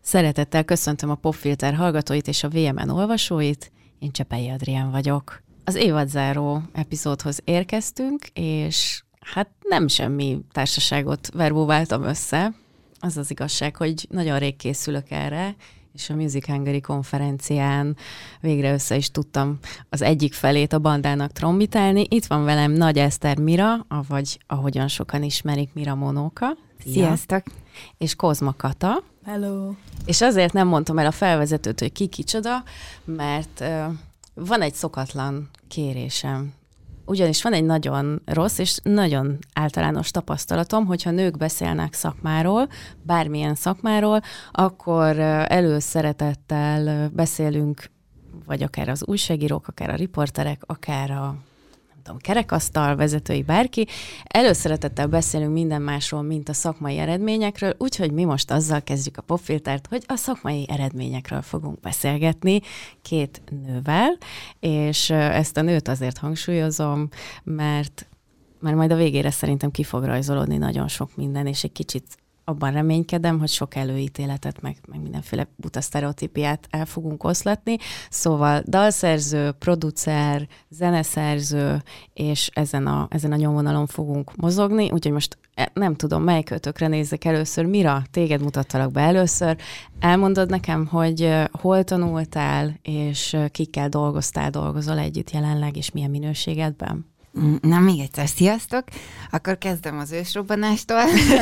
Szeretettel köszöntöm a Popfilter hallgatóit és a VMN olvasóit, én Csepei Adrián vagyok. Az évadzáró epizódhoz érkeztünk, és hát nem semmi társaságot verbóváltam össze. Az az igazság, hogy nagyon rég készülök erre, és a Music Hungary konferencián végre össze is tudtam az egyik felét a bandának trombitálni. Itt van velem Nagy Eszter Mira, vagy ahogyan sokan ismerik, Mira Monóka. Sziasztok! És Kozma Kata. Hello! És azért nem mondtam el a felvezetőt, hogy ki kicsoda, mert van egy szokatlan kérésem. Ugyanis van egy nagyon rossz és nagyon általános tapasztalatom, hogyha nők beszélnek szakmáról, bármilyen szakmáról, akkor előszeretettel beszélünk, vagy akár az újságírók, akár a riporterek, akár a kerekasztal vezetői, bárki. Előszeretettel beszélünk minden másról, mint a szakmai eredményekről, úgyhogy mi most azzal kezdjük a Popfiltert, hogy a szakmai eredményekről fogunk beszélgetni két nővel, és ezt a nőt azért hangsúlyozom, mert majd a végére szerintem ki fog rajzolódni nagyon sok minden, és egy kicsit abban reménykedem, hogy sok előítéletet, meg mindenféle buta sztereotípiát el fogunk oszlatni. Szóval dalszerző, producer, zeneszerző, és ezen a nyomvonalon fogunk mozogni. Úgyhogy most nem tudom, melyik ötökre nézzek először. Mira, téged mutattalak be először. Elmondod nekem, hogy hol tanultál, és kikkel dolgozol együtt jelenleg, és milyen minőségedben? Na, még egyszer, sziasztok! Akkor kezdem az ősrobbanástól.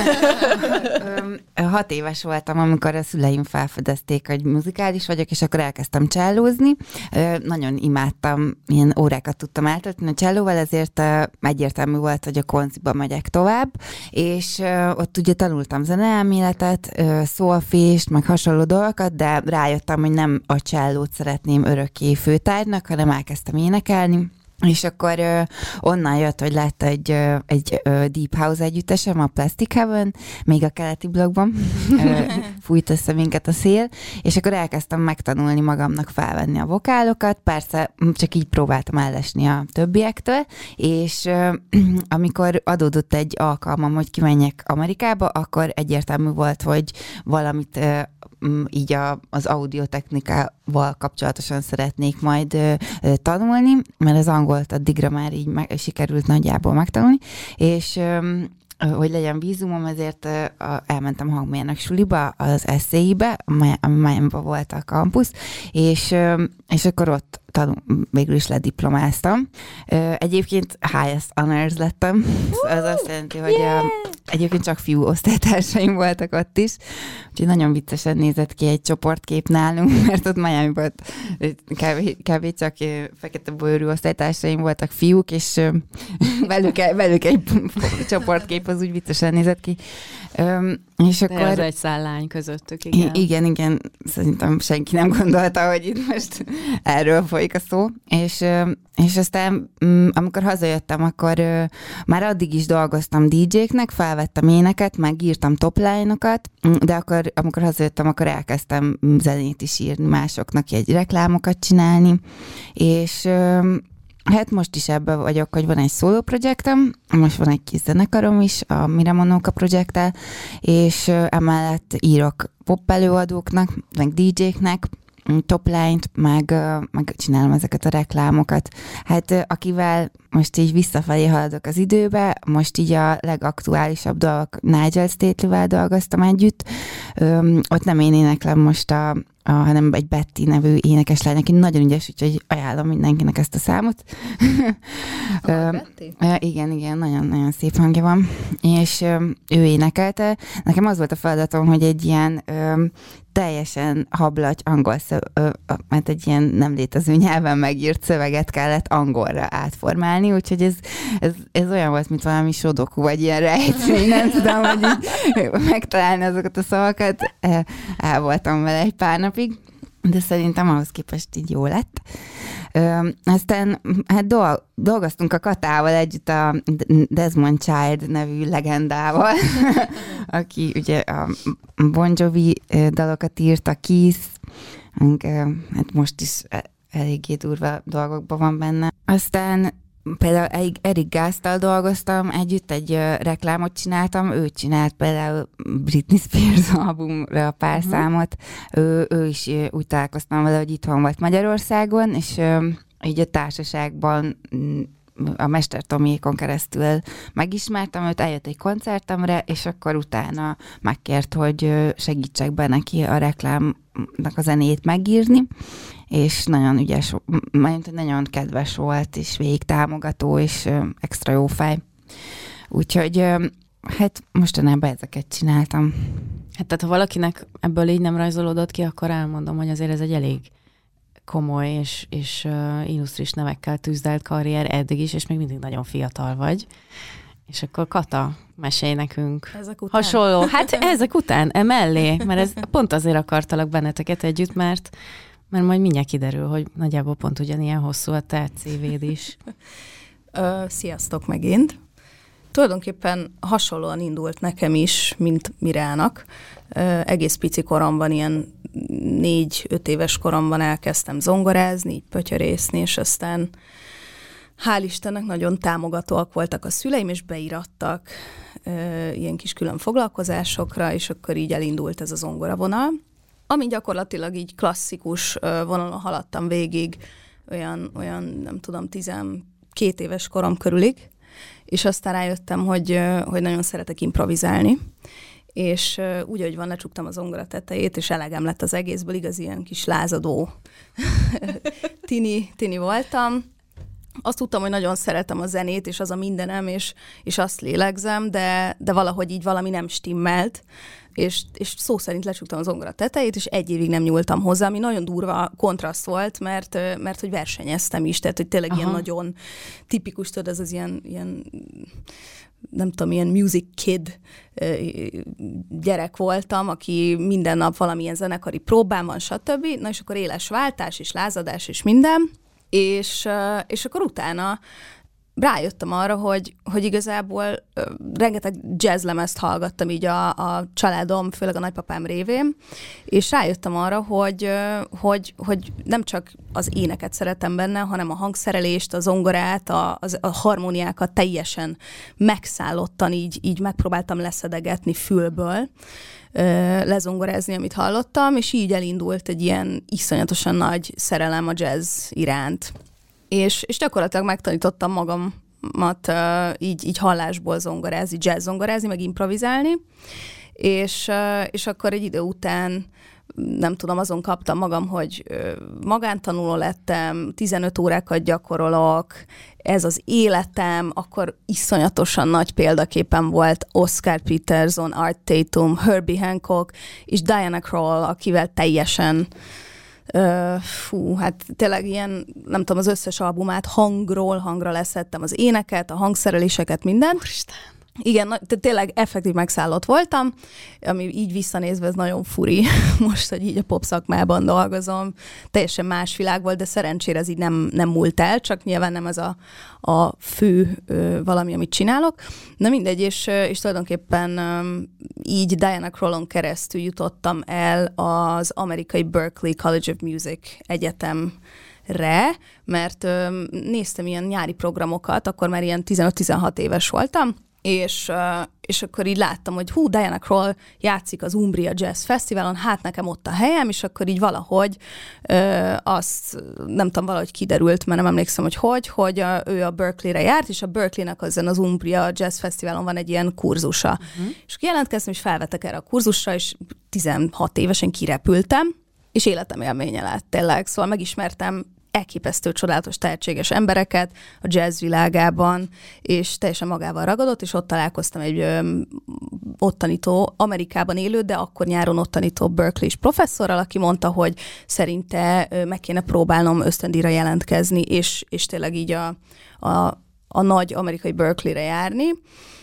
6 éves voltam, amikor a szüleim felfedezték, hogy muzikális vagyok, és akkor elkezdtem csellózni. Nagyon imádtam, ilyen órákat tudtam eltölteni a csellóval, ezért egyértelmű volt, hogy a konziba megyek tovább, és ott ugye tanultam zeneelméletet, szólfést, meg hasonló dolgokat, de rájöttem, hogy nem a csellót szeretném örökké főtárgynak, hanem elkezdtem énekelni. És akkor onnan jött, hogy lett egy Deep House együttesem, a Plastic Heaven, még a keleti blogban, fújt össze minket a szél, és akkor elkezdtem megtanulni magamnak felvenni a vokálokat, persze csak így próbáltam ellesni a többiektől, és amikor adódott egy alkalmam, hogy kimenjek Amerikába, akkor egyértelmű volt, hogy valamit így az audiotechnikával kapcsolatosan szeretnék majd tanulni, mert az angolt addigra már így sikerült nagyjából megtanulni, és hogy legyen vízumom, ezért elmentem hangmérnök suliba, az SCI-be, ami Miamiban volt a kampusz, és akkor ott végül is lediplomáztam. Egyébként highest honors lettem. Ez azt jelenti, hogy egyébként csak fiú osztálytársaim voltak ott is, úgyhogy nagyon viccesen nézett ki egy csoportkép nálunk, mert ott Miamiban kb. Csak fekete bőrű osztálytársaim voltak fiúk, és velük egy csoportkép az úgy viccesen nézett ki. És akkor... Ez egy szállány közöttük, igen. Igen, szerintem senki nem gondolta, hogy itt most erről folyik a szó. És aztán, amikor hazajöttem, akkor már addig is dolgoztam DJ-knek, felvettem éneket, megírtam topline-okat, de akkor, amikor hazajöttem, akkor elkezdtem zenét is írni másoknak, egy reklámokat csinálni, és... Hát most is ebben vagyok, hogy van egy szóló projektem, most van egy kis zenekarom is, a Mira Monóka projekttel, és emellett írok pop előadóknak, meg DJ-knek, topline-t, meg csinálom ezeket a reklámokat. Hát akivel most így visszafelé haladok az időbe, most így a legaktuálisabb dolgok, Nigel Stately-vel dolgoztam együtt, ott nem én éneklem most hanem egy Betty nevű énekeslány, aki nagyon ügyes, úgyhogy ajánlom mindenkinek ezt a számot. Igen, nagyon-nagyon szép hangja van, és ő énekelte. Nekem az volt a feladatom, hogy egy ilyen teljesen hablaty angol mert egy ilyen nem létező nyelven megírt szöveget kellett angolra átformálni, úgyhogy ez olyan volt, mint valami sudoku, vagy ilyen rejtmény, nem tudom, hogy így megtalálni azokat a szavakat. El voltam vele egy pár napig, de szerintem ahhoz képest így jó lett. Aztán hát dolgoztunk a Katával együtt a Desmond Child nevű legendával, aki ugye a Bon Jovi dalokat írt, a Kiss, hát most is eléggé durva dolgokban van benne. Aztán például Eric Gásztal dolgoztam együtt, egy reklámot csináltam, ő csinált például Britney Spears albumra a pár számot, ő is úgy találkoztam vele, hogy itthon volt Magyarországon, és így a társaságban a Mester Tomiékon keresztül megismertem őt, eljött egy koncertemre, és akkor utána megkért, hogy segítsek be neki a reklámnak a zenét megírni, és nagyon ügyes, nagyon kedves volt, és végig támogató, és extra jó fej. Úgyhogy hát mostanában ezeket csináltam. Hát tehát ha valakinek ebből így nem rajzolódott ki, akkor elmondom, hogy azért ez egy elég komoly és illusztris nevekkel tűzdelt karrier eddig is, és még mindig nagyon fiatal vagy. És akkor Kata, mesélj nekünk. Ezek után? Hasonló. Hát ezek után, emellé, mert ez pont azért akartalak benneteket együtt, mert majd mindjárt kiderül, hogy nagyjából pont ugyanilyen hosszú a te CV-d is. Sziasztok megint. Tulajdonképpen hasonlóan indult nekem is, mint Mirának. Egész pici koromban, ilyen 4-5 éves koromban elkezdtem zongorázni, így pötyörészni, és aztán hál' Istennek nagyon támogatóak voltak a szüleim, és beirattak ilyen kis külön foglalkozásokra, és akkor így elindult ez a zongoravonal, ami gyakorlatilag így klasszikus vonalon haladtam végig, olyan nem tudom, 12 éves korom körülig, és aztán rájöttem, hogy nagyon szeretek improvizálni, és úgy, hogy van, lecsuktam a zongora tetejét, és elegem lett az egészből, igaz, ilyen kis lázadó tini voltam. Azt tudtam, hogy nagyon szeretem a zenét, és az a mindenem, és azt lélegzem, de valahogy így valami nem stimmelt, és szó szerint lecsuktam a zongora tetejét, és 1 évig nem nyúltam hozzá, ami nagyon durva kontraszt volt, mert hogy versenyeztem is, tehát hogy tényleg ilyen nagyon tipikus, tudod, ez az ilyen nem tudom, ilyen music kid gyerek voltam, aki minden nap valamilyen zenekari próbán van, stb. Na és akkor éles váltás, és lázadás, és minden, és akkor utána rájöttem arra, hogy igazából rengeteg jazzlemezt hallgattam így a családom, főleg a nagypapám révén, és rájöttem arra, hogy nem csak az éneket szeretem benne, hanem a hangszerelést, a zongorát, a harmóniákat teljesen megszállottan így megpróbáltam leszedegetni fülből, lezongorázni, amit hallottam, és így elindult egy ilyen iszonyatosan nagy szerelem a jazz iránt. És gyakorlatilag megtanítottam magamat így hallásból zongorázni, jazz zongorázni, meg improvizálni, és akkor egy idő után nem tudom, azon kaptam magam, hogy magántanuló lettem, 15 órákat gyakorolok, ez az életem, akkor iszonyatosan nagy példaképem volt Oscar Peterson, Art Tatum, Herbie Hancock és Diana Krall, akivel teljesen hát tényleg ilyen, nem tudom, az összes albumát hangról hangra leszettem, az éneket, a hangszereléseket, mindent. Úristen. Igen, tényleg effektív megszállott voltam, ami így visszanézve ez nagyon furi most, hogy így a pop szakmában dolgozom. Teljesen más világ volt, de szerencsére ez így nem múlt el, csak nyilván nem ez a fő valami, amit csinálok. Na mindegy, és tulajdonképpen így Diana Krallon keresztül jutottam el az amerikai Berklee College of Music egyetemre, mert néztem ilyen nyári programokat, akkor már ilyen 15-16 éves voltam, és akkor így láttam, hogy Diana Krall játszik az Umbria Jazz Fesztiválon, hát nekem ott a helyem, és akkor így valahogy azt, nem tudom, valahogy kiderült, mert nem emlékszem, hogy ő a Berkeley-re járt, és a Berkeley-nek az Umbria Jazz Fesztiválon van egy ilyen kurzusa. És jelentkeztem, és felvettek erre a kurzusra, és 16 évesen kirepültem, és életem élménye lett tényleg, szóval megismertem elképesztő, csodálatos, tehetséges embereket a jazz világában, és teljesen magával ragadott, és ott találkoztam egy ott tanító, Amerikában élő, de akkor nyáron ott tanító Berkeley-s professzorral, aki mondta, hogy szerinte meg kéne próbálnom ösztöndíjra jelentkezni, és tényleg így a nagy amerikai Berkeley-re járni.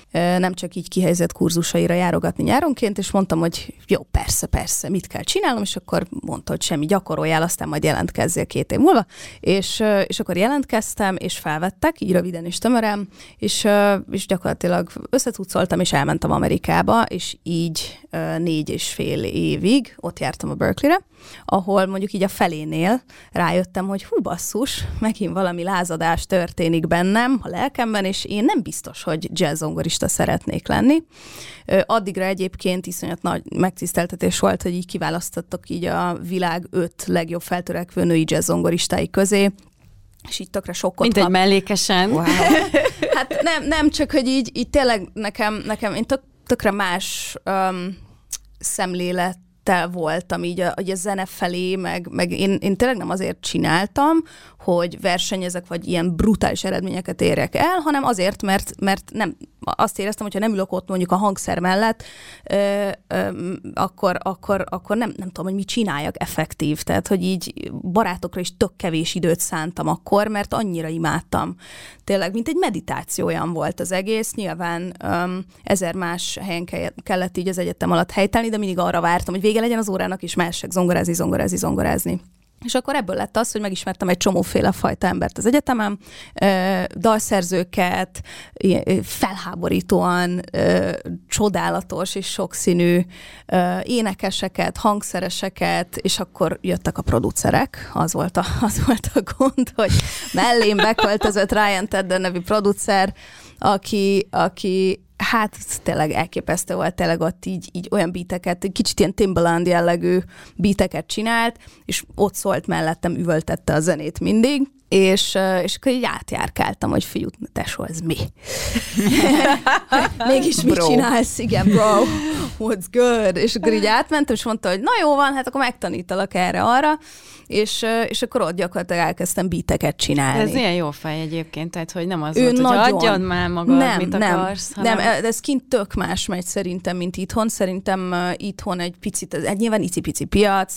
nem csak így kihelyezett kurzusaira járogatni nyáronként, és mondtam, hogy jó, persze, mit kell csinálnom, és akkor mondta, hogy semmi, gyakoroljál, aztán majd jelentkezzél 2 év múlva, és akkor jelentkeztem, és felvettek, így röviden és tömören, és gyakorlatilag összetucoltam, és elmentem Amerikába, és így 4,5 évig ott jártam a Berkeley-re, ahol mondjuk így a felénél rájöttem, hogy hú basszus, megint valami lázadás történik bennem, a lelkemben, és én nem biztos, hogy jazz zongorista szeretnék lenni. Addigra egyébként iszonyat nagy megtiszteltetés volt, hogy így kiválasztottak így a világ 5 legjobb feltörekvő női jazz zongoristái közé, és így tökre sokkot mint egy mellékesen. Wow. Hát nem csak, hogy így tényleg nekem én tökre más szemlélettel voltam így a zene felé, meg én tényleg nem azért csináltam, hogy versenyezek, vagy ilyen brutális eredményeket érjek el, hanem azért, mert nem, azt éreztem, hogyha nem ülök ott mondjuk a hangszer mellett, akkor nem tudom, hogy mit csináljak effektív. Tehát, hogy így barátokra is tök kevés időt szántam akkor, mert annyira imádtam. Tényleg, mint egy meditáció olyan volt az egész. Nyilván 1000 más helyen kellett így az egyetem alatt helytállni, de mindig arra vártam, hogy vége legyen az órának, és mehessek zongorázni. És akkor ebből lett az, hogy megismertem egy csomóféle fajta embert az egyetemen, dalszerzőket, felháborítóan csodálatos és sokszínű énekeseket, hangszereseket, és akkor jöttek a producerek. Az volt a gond, hogy mellém beköltözött Ryan Tedder nevű producer, aki hát tényleg elképesztő volt, tényleg ott így olyan beateket, kicsit ilyen Timbaland jellegű beateket csinált, és ott szólt mellettem, üvöltette a zenét mindig, és akkor így átjárkáltam, hogy fiú, tesó, ez mi? Mégis mit csinálsz? Igen, bro, what's good? És akkor így átmentem, és mondta, hogy na jó van, hát akkor megtanítalak erre-arra, és akkor ott gyakorlatilag elkezdtem beateket csinálni. Ez ilyen jó fej egyébként, tehát hogy nem az volt, hogy adjad már magad, mit akarsz. Nem, ez kint tök más megy szerintem, mint itthon. Szerintem itthon egy picit, nyilván icipici piac,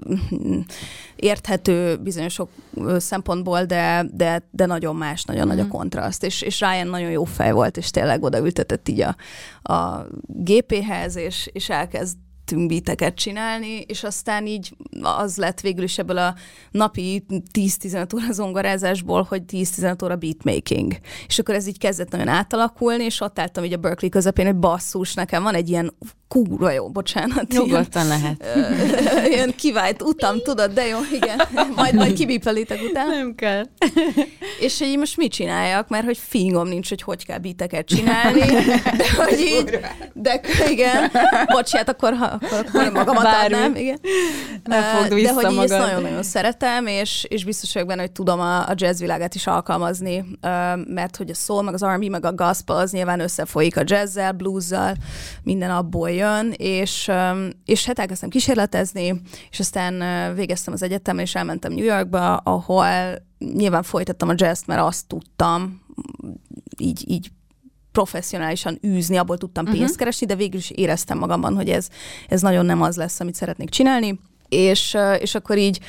érthető bizonyos sok szempontból, de nagyon más, nagyon nagy a kontraszt. És Ryan nagyon jó fej volt, és tényleg odaültetett így a gépéhez, és elkezdtünk beateket csinálni, és aztán így az lett végül is ebből a napi 10-15 óra zongorázásból, hogy 10-15 óra beatmaking. És akkor ez így kezdett nagyon átalakulni, és ott álltam így a Berkeley közepén, hogy basszus, nekem van egy ilyen kurva jó, bocsánat. Nyugodtan lehet. Ilyen kivált utam, tudod, de jó, igen. Majd kibípelitek utána. Nem kell. És hogy így most mit csináljak, mert hogy fingom nincs, hogy kell beateket csinálni. De hogy így, de igen. Bocsát, akkor magamat adnám. Igen. Ne fogd vissza de hogy magad. így ezt nagyon-nagyon szeretem, és biztos vagyok benne, hogy tudom a jazz világát is alkalmazni, mert hogy a soul, meg az R&B, meg a gospel az nyilván összefolyik a jazzzel, bluesszal, minden abból jön, és hát elkezdtem kísérletezni, és aztán végeztem az egyetemen, és elmentem New Yorkba, ahol nyilván folytattam a jazzt, mert azt tudtam így professzionálisan űzni, abból tudtam pénzt keresni, de végül is éreztem magamban, hogy ez nagyon nem az lesz, amit szeretnék csinálni, és akkor így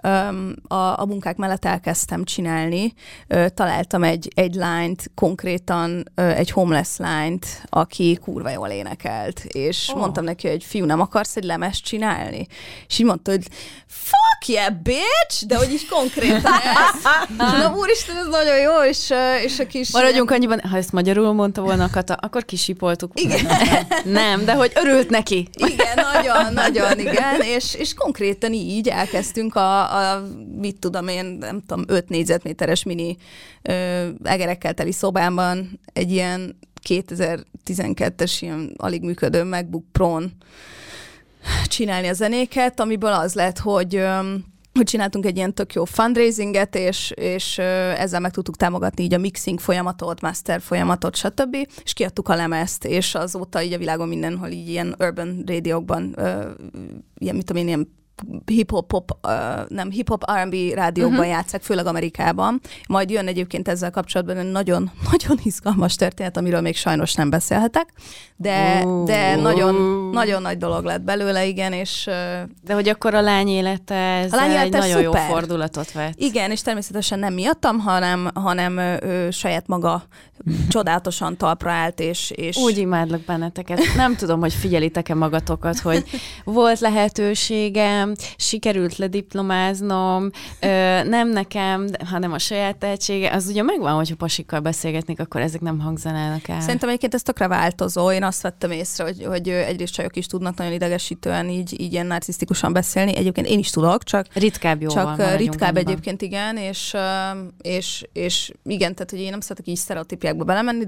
a munkák mellett elkezdtem csinálni. Találtam egy lányt, konkrétan egy homeless lányt, aki kurva jól énekelt, és mondtam neki, hogy fiú, nem akarsz egy lemezt csinálni? És így mondta, hogy fuck yeah, bitch! De hogy így konkrétan ez. És na, úristen, ez nagyon jó, és a kis... Maradjunk annyiban, ha ezt magyarul mondta volna Kata, akkor kisipoltuk. Igen. Nem, de hogy örült neki. Igen, nagyon, igen, és konkrétan így elkezdtünk mit tudom én, nem tudom, 5 négyzetméteres mini egerekkel teli szobámban egy ilyen 2012-es ilyen alig működő MacBook Pro-n csinálni a zenéket, amiből az lett, hogy csináltunk egy ilyen tök jó fundraisinget, és ezzel meg tudtuk támogatni így a mixing folyamatot, master folyamatot, stb. És kiadtuk a lemezt, és azóta így a világon mindenhol így ilyen urban rádiókban, ilyen, mit tudom én, ilyen hip-hop R&B rádióban játszák, főleg Amerikában. Majd jön egyébként ezzel kapcsolatban egy nagyon, nagyon izgalmas történet, amiről még sajnos nem beszélhetek, de nagyon, nagyon nagy dolog lett belőle, igen, és... De hogy akkor a lány élete egy nagyon szuper. Jó fordulatot vett. Igen, és természetesen nem miattam, hanem ő saját maga csodálatosan talpra állt, és... Úgy imádlak benneteket. Nem tudom, hogy figyelitek-e magatokat, hogy volt lehetőségem, sikerült lediplomáznom, nem nekem, hanem a saját tehetsége. Az ugye megvan, hogyha pasikkal beszélgetnék, akkor ezek nem hangzanának el. Szerintem egyébként ez tökre változó. Én azt vettem észre, hogy egyrészt csajok is tudnak nagyon idegesítően így ilyen narcisztikusan beszélni. Egyébként én is tudok, csak ritkább jóval. Csak ritkább egyébként, igen, és igen, tehát hogy én nem szeretek így sztereotípiákba belemenni,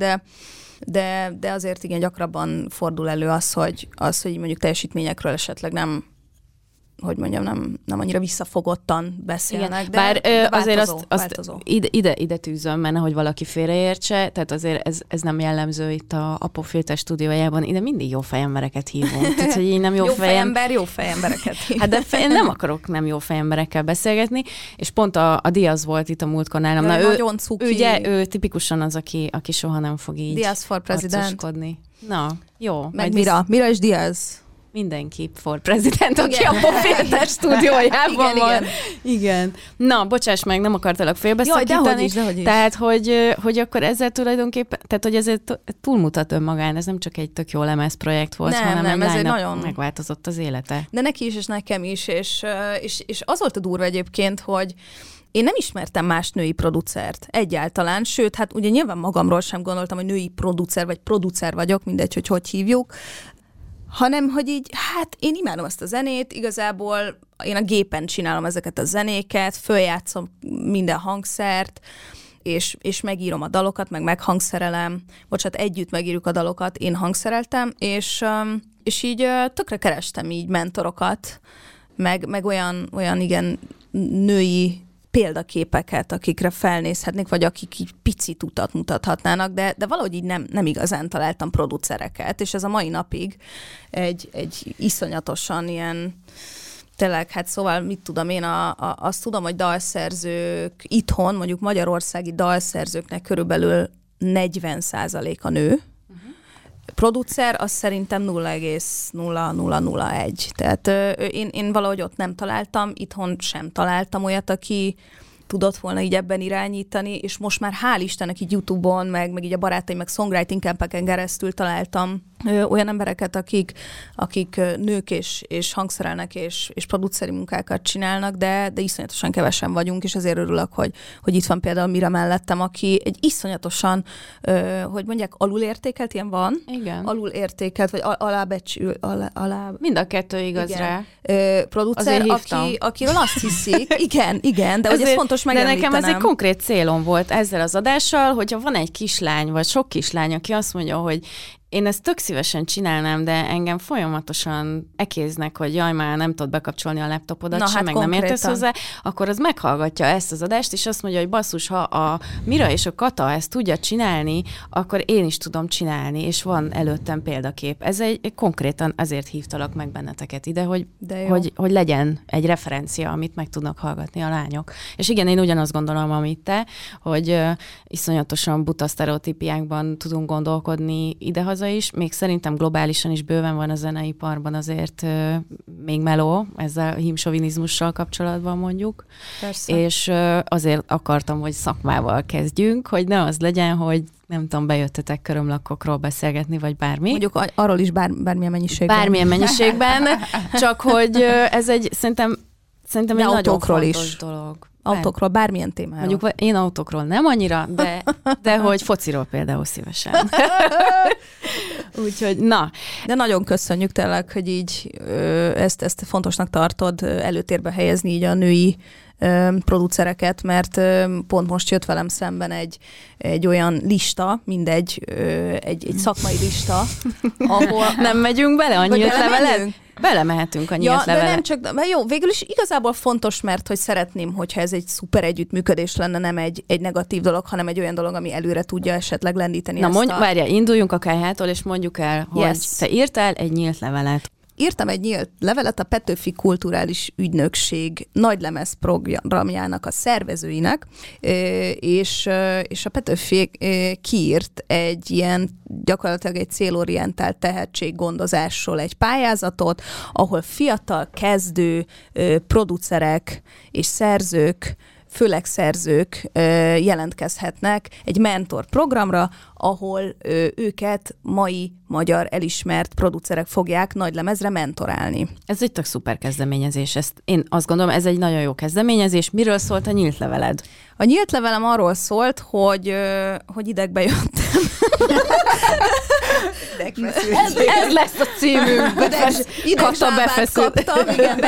de azért igen gyakrabban fordul elő az, hogy mondjuk teljesítményekről esetleg nem annyira visszafogottan beszélnek, igen, bár de azért változó. Ide tűzöm, mert nehogy valaki félreértse, tehát azért ez nem jellemző itt a Popfilter stúdiójában, ide mindig jó fejembereket hívunk. Tehát, hogy én nem jó fejembereket hívunk. Hát de nem akarok nem jó fejemberekkel beszélgetni, és pont a Diaz volt itt a múltkor nálam. Na, nagyon cuki. Ő tipikusan az, aki soha nem fog így Diaz for president. Na, jó. Meg Mira is Diaz. Mindenki for president, aki a Popfilter stúdiójában van. Igen. Na, bocsáss meg, nem akartalak félbeszakítani. Dehogy is. Tehát, hogy akkor ezzel tulajdonképpen, tehát, hogy ezért túlmutat önmagán, ez nem csak egy tök jó lemezprojekt volt, hanem egy nagyon megváltozott az élete. De neki is, és nekem is, és az volt a durva egyébként, hogy én nem ismertem más női producert egyáltalán, sőt, hát ugye nyilván magamról sem gondoltam, hogy női producer vagy producer vagyok, mindegy, hogy hívjuk, hanem, hogy így, hát én imádom ezt a zenét, igazából én a gépen csinálom ezeket a zenéket, följátszom minden hangszert, és megírom a dalokat, meg meghangszerelem, együtt megírjuk a dalokat, én hangszereltem, és így tökre kerestem így mentorokat, meg olyan igen női példaképeket, akikre felnézhetnék, vagy akik így picit utat mutathatnának, de valahogy így nem igazán találtam producereket, és ez a mai napig egy iszonyatosan ilyen, tényleg, hát szóval mit tudom én, azt tudom, hogy dalszerzők itthon, mondjuk magyarországi dalszerzőknek körülbelül 40% a nő, producer, az szerintem 0,0001. Tehát én valahogy ott nem találtam, itthon sem találtam olyat, aki tudott volna így ebben irányítani, és most már hál' Istennek így YouTube-on, meg így a barátaim, meg songwriting campeken keresztül találtam olyan embereket, akik nők és hangszerelnek, és produceri munkákat csinálnak, de iszonyatosan kevesen vagyunk, és ezért örülök, hogy itt van például Mira mellettem, aki egy iszonyatosan, hogy mondják, alulértékelt, ilyen van? Igen. Alulértékelt, vagy alábecsül, mind a kettő igaz rá. Producer, akiről azt hiszik, igen, de azért, ez fontos megemlítenem. De nekem ez egy konkrét célom volt ezzel az adással, hogyha van egy kislány, vagy sok kislány, aki azt mondja, hogy én ezt tök szívesen csinálnám, de engem folyamatosan ekéznek, hogy jaj, már nem tudod bekapcsolni a laptopodat sem, meg konkrétan nem értesz hozzá, akkor az meghallgatja ezt az adást, és azt mondja, hogy basszus, ha a Mira és a Kata ezt tudja csinálni, akkor én is tudom csinálni, és van előttem példakép. Ez egy konkrétan azért hívtalak meg benneteket ide, hogy legyen egy referencia, amit meg tudnak hallgatni a lányok. És igen, én ugyanazt gondolom, amit te, hogy iszonyatosan buta sztereotípiákban tudunk gondolkodni idehaza is, még szerintem globálisan is bőven van a zeneiparban azért még meló, ezzel a hímsovinizmussal kapcsolatban mondjuk. Persze. És azért akartam, hogy szakmával kezdjünk, hogy ne az legyen, hogy nem tudom, bejöttetek körömlakokról beszélgetni, vagy bármi. Mondjuk arról is bármilyen mennyiségben. Bármilyen mennyiségben, csak hogy ez egy szerintem egy nagyon fontos dolog. Autókról, bármilyen témáról. Mondjuk én autókról nem annyira, de hogy fociról például szívesen. Úgyhogy, na. De nagyon köszönjük tényleg, hogy így ezt fontosnak tartod előtérbe helyezni így a női producereket, mert pont most jött velem szemben egy olyan lista, egy szakmai lista, ahol... Nem megyünk bele a nyílt levelet? Belemehetünk a nyílt levelet. De nem csak, jó, végül is igazából fontos, mert hogy szeretném, hogyha ez egy szuper együttműködés lenne, nem egy negatív dolog, hanem egy olyan dolog, ami előre tudja esetleg lendíteni. Na várjál, induljunk a kályhától, és mondjuk el, hogy te írtál egy nyílt levelet. írtam egy nyílt levelet a Petőfi Kulturális Ügynökség nagylemez programjának a szervezőinek, és a Petőfi kiírt egy ilyen gyakorlatilag egy célorientált tehetséggondozásról egy pályázatot, ahol fiatal, kezdő producerek és szerzők, főleg szerzők jelentkezhetnek egy mentor programra, ahol őket mai magyar elismert producerek fogják nagylemezre mentorálni. Ez egy tök szuper kezdeményezés. Én azt gondolom, ez egy nagyon jó kezdeményezés. Miről szólt a nyílt leveled? A nyílt levelem arról szólt, hogy idegbe jöttem. Ez lesz a címünk. Kaptam, igen,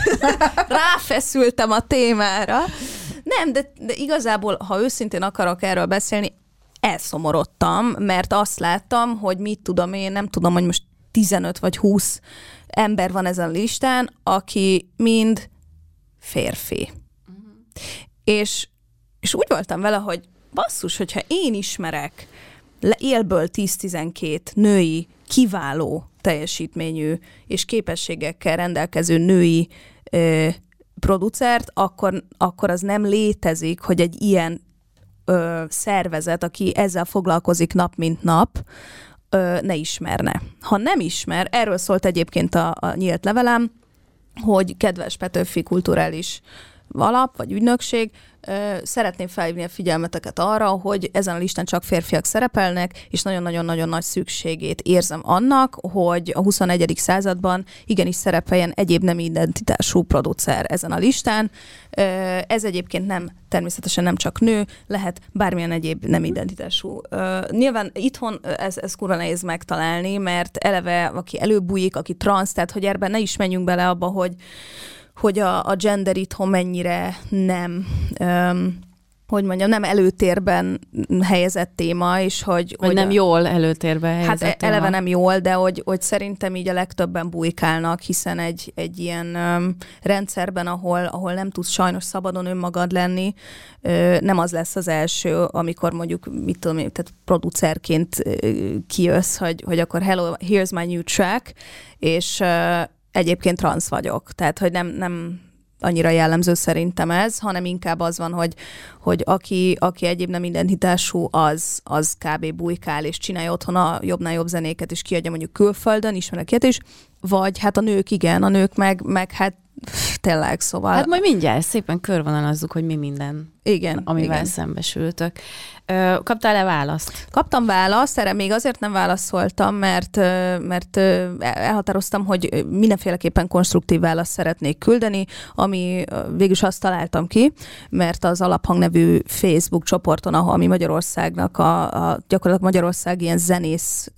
ráfeszültem a témára. Nem, de igazából, ha őszintén akarok erről beszélni, elszomorodtam, mert azt láttam, hogy mit tudom én, nem tudom, hogy most 15 vagy 20 ember van ezen a listán, aki mind férfi. És úgy voltam vele, hogy basszus, hogyha én ismerek élből 10-12 női, kiváló teljesítményű és képességekkel rendelkező női producert, akkor az nem létezik, hogy egy ilyen szervezet, aki ezzel foglalkozik nap mint nap, ne ismerne. Ha nem ismer, erről szólt egyébként a nyílt levelem, hogy kedves Petőfi Kulturális Alap vagy ügynökség, szeretném felhívni a figyelmeteket arra, hogy ezen a listán csak férfiak szerepelnek, és nagyon-nagyon-nagyon nagy szükségét érzem annak, hogy a 21. században igenis szerepeljen egyéb nemi identitású producer ezen a listán. Ez egyébként természetesen nem csak nő, lehet bármilyen egyéb nemi identitású. Nyilván itthon ez kurva nehéz megtalálni, mert eleve aki előbújik, aki transz, tehát hogy ebben ne is menjünk bele abba, hogy a gender itthon mennyire nem, nem előtérben helyezett téma, és hogy nem jól előtérben helyezett hát téma. Eleve nem jól, de hogy szerintem így a legtöbben bujkálnak, hiszen egy ilyen rendszerben, ahol nem tudsz sajnos szabadon önmagad lenni, nem az lesz az első, amikor mondjuk, mit tudom én, tehát producerként kijössz, hogy akkor hello, here's my new track, és egyébként transz vagyok, tehát hogy nem annyira jellemző szerintem ez, hanem inkább az van, hogy aki egyéb nem identitású, az kb. Bujkál, és csinálja otthon a jobbnál jobb zenéket, és kiadja mondjuk külföldön, ismerek ilyet is, vagy hát a nők igen, a nők meg hát tényleg, szóval... Hát majd mindjárt szépen körvonalazzuk, hogy mi minden, igen, amivel szembesültök. Kaptál-e választ? Kaptam választ, erre még azért nem válaszoltam, mert elhatároztam, hogy mindenféleképpen konstruktív választ szeretnék küldeni, ami végülis azt találtam ki, mert az Alaphang nevű Facebook csoporton, ami Magyarországnak gyakorlatilag Magyarország ilyen zenész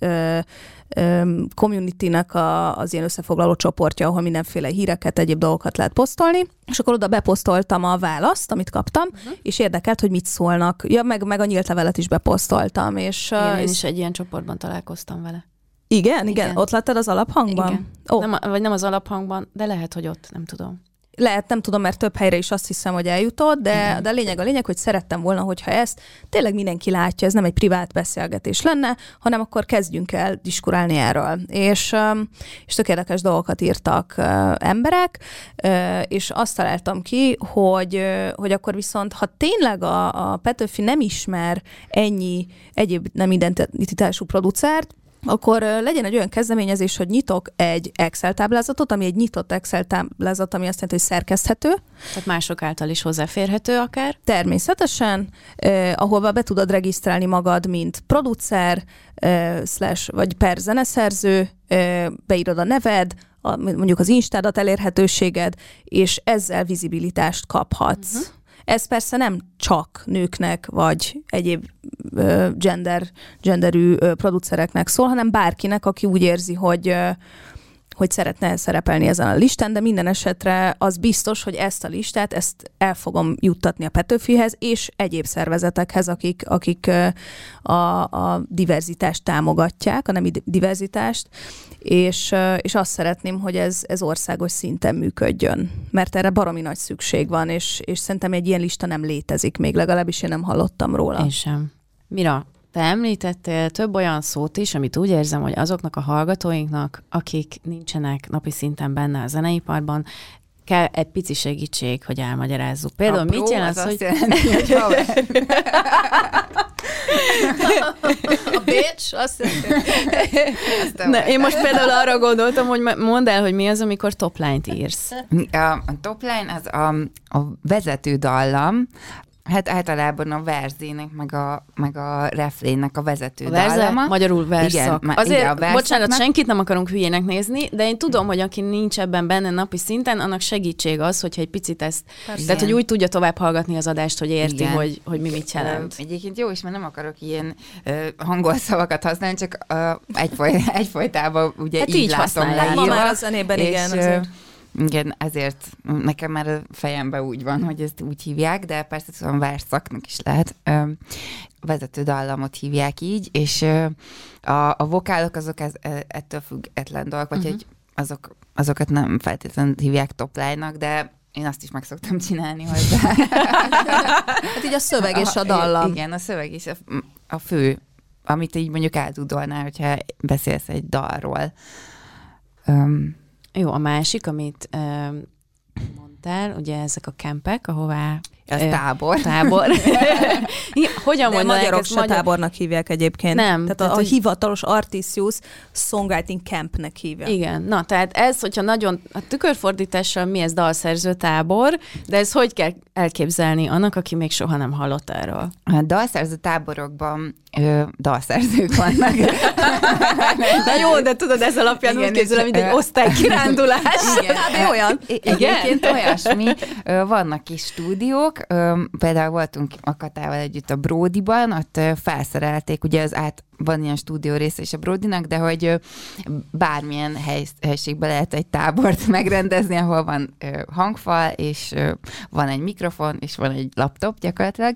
community-nek az ilyen összefoglaló csoportja, ahol mindenféle híreket, egyéb dolgokat lehet posztolni, és akkor oda beposztoltam a választ, amit kaptam, és érdekelt, hogy mit szólnak. Ja, meg a nyílt levelet is beposztoltam. És, igen, én is egy ilyen csoportban találkoztam vele. Igen? Ott láttad az Alaphangban? Igen. Oh. Vagy nem az Alaphangban, de lehet, hogy ott, nem tudom. Lehet, nem tudom, mert több helyre is azt hiszem, hogy eljutott, de a lényeg, hogy szerettem volna, hogyha ezt tényleg mindenki látja, ez nem egy privát beszélgetés lenne, hanem akkor kezdjünk el diskurálni erről. És tök érdekes dolgokat írtak emberek, és azt találtam ki, hogy akkor viszont, ha tényleg a Petőfi nem ismer ennyi egyéb nem identitású producert, akkor legyen egy olyan kezdeményezés, hogy nyitok egy Excel táblázatot, ami egy nyitott Excel táblázat, ami azt jelenti, hogy szerkeszthető. Tehát mások által is hozzáférhető akár. Természetesen, ahol be tudod regisztrálni magad, mint producer, vagy per zeneszerző, beírod a neved, mondjuk az Instádat, elérhetőséged, és ezzel vizibilitást kaphatsz. Ez persze nem csak nőknek, vagy egyéb genderű producereknek szól, hanem bárkinek, aki úgy érzi, hogy szeretne szerepelni ezen a listán, de minden esetre az biztos, hogy ezt a listát, ezt el fogom juttatni a Petőfihez, és egyéb szervezetekhez, akik a diverzitást támogatják, a nemi diverzitást, és azt szeretném, hogy ez országos szinten működjön, mert erre baromi nagy szükség van, és szerintem egy ilyen lista nem létezik még, legalábbis én nem hallottam róla. Én sem. Mira, Te említettél több olyan szót is, amit úgy érzem, hogy azoknak a hallgatóinknak, akik nincsenek napi szinten benne a zeneiparban, kell egy pici segítség, hogy elmagyarázzuk. Például mit jelent az, hogy... jelenti, hogy haver. A bitch, azt Na, én most például arra gondoltam, hogy mondd el, hogy mi az, amikor topline-t írsz. A topline az a vezető dallam, hát általában a verzének, meg a refrénnek a vezető dallama. Magyarul verszak. Igen, azért, igen, bocsánat, senkit nem akarunk hülyének nézni, de én tudom, hogy aki nincs ebben benne napi szinten, annak segítség az, hogyha egy picit ezt, tehát hogy úgy tudja tovább hallgatni az adást, hogy érti, hogy mi mit jelent. Egyébként jó is, mert nem akarok ilyen hangol szavakat használni, csak egyfolytában ugye hát így látom leírva. Ma már a zenében igen. Igen, ezért nekem már a fejemben úgy van, hogy ezt úgy hívják, de persze tudom, verszaknak is lehet. Vezető dallamot hívják így, és a vokálok azok ettől független dolgok, vagy hogy azokat nem feltétlenül hívják topline-nak, de én azt is meg szoktam csinálni hozzá. Hát így a szöveg és a dallam. Igen, a szöveg és a fő, amit így mondjuk eltudolnál, hogyha beszélsz egy dalról. Jó, a másik, amit mondtál, ugye ezek a kempek, ahová... Az tábor. Hogyan de magyarok se tábornak hívják egyébként. Nem. Tehát a hivatalos Artisius Songwriting Campnek hívja. Igen. Na, tehát ez, hogyha nagyon a tükörfordítással mi ez dalszerző tábor, de ez hogy kell elképzelni annak, aki még soha nem hallott erről? A dalszerző táborokban dalszerzők vannak. Na jó, de tudod, ez alapján úgy képzelem, mint egy osztálykirándulás. Igen, olyan. Egyébként olyasmi. Vannak is stúdiók, például voltunk a Katával együtt a Bródiban, ott felszerelték, ugye van ilyen stúdió része is a Bródinak, de hogy bármilyen helységben lehet egy tábort megrendezni, ahol van hangfal, és van egy mikrofon, és van egy laptop gyakorlatilag,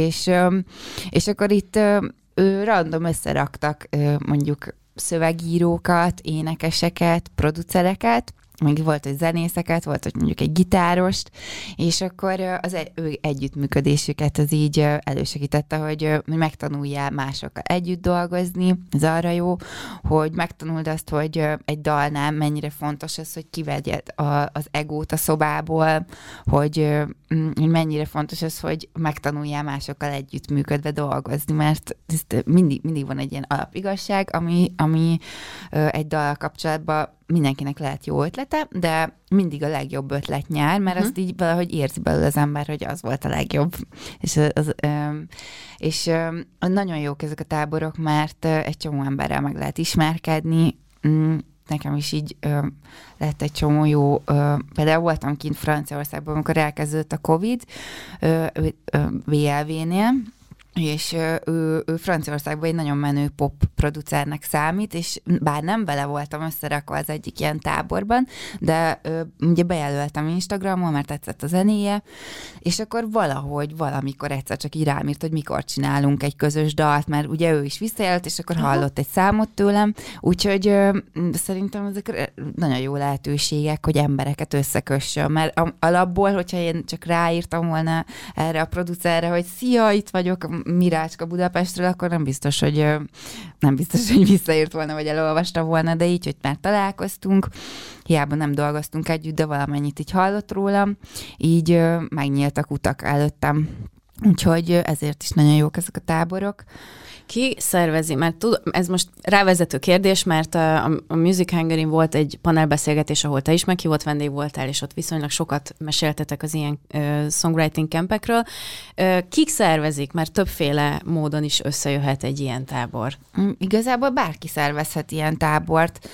és akkor itt random összeraktak mondjuk szövegírókat, énekeseket, producereket, még volt egy zenészeket, volt hogy mondjuk egy gitárost, és akkor ő együttműködésüket az így elősegítette, hogy megtanuljál másokkal együtt dolgozni, ez arra jó, hogy megtanuld azt, hogy egy dalnál mennyire fontos az, hogy kivegyed az egót a szobából, hogy mennyire fontos az, hogy megtanuljál másokkal együttműködve dolgozni, mert mindig van egy ilyen alapigazság, ami egy dallal kapcsolatban mindenkinek lehet jó ötlete, de mindig a legjobb ötlet nyár, mert azt így valahogy érzi belőle az ember, hogy az volt a legjobb. És nagyon jók ezek a táborok, mert egy csomó emberrel meg lehet ismerkedni. Nekem is így lett egy csomó jó, például voltam kint Franciaországban, amikor elkezdődött a Covid, VLV-nél, és ő Franciaországban egy nagyon menő pop producernek számít, és bár nem vele voltam összerakva az egyik ilyen táborban, de ugye bejelöltem Instagramon, mert tetszett a zenéje, és akkor valamikor egyszer csak így rám írt, hogy mikor csinálunk egy közös dalt, mert ugye ő is visszajelölt, és akkor hallott egy számot tőlem, úgyhogy szerintem ezek nagyon jó lehetőségek, hogy embereket összekössön, mert alapból, hogyha én csak ráírtam volna erre a producerre, hogy szia, itt vagyok, Mirácska Budapestről, akkor nem biztos, hogy visszaírt volna, vagy elolvasta volna, de így, hogy már találkoztunk, hiába nem dolgoztunk együtt, de valamennyit így hallott rólam, így megnyíltak utak előttem. Úgyhogy ezért is nagyon jók ezek a táborok. Ki szervezi? Mert ez most rávezető kérdés, mert a Music Hungary-n volt egy panelbeszélgetés, ahol te is meghívott vendég voltál, és ott viszonylag sokat meséltetek az ilyen songwriting campekről. Kik szervezik? Mert többféle módon is összejöhet egy ilyen tábor. Igazából bárki szervezhet ilyen tábort.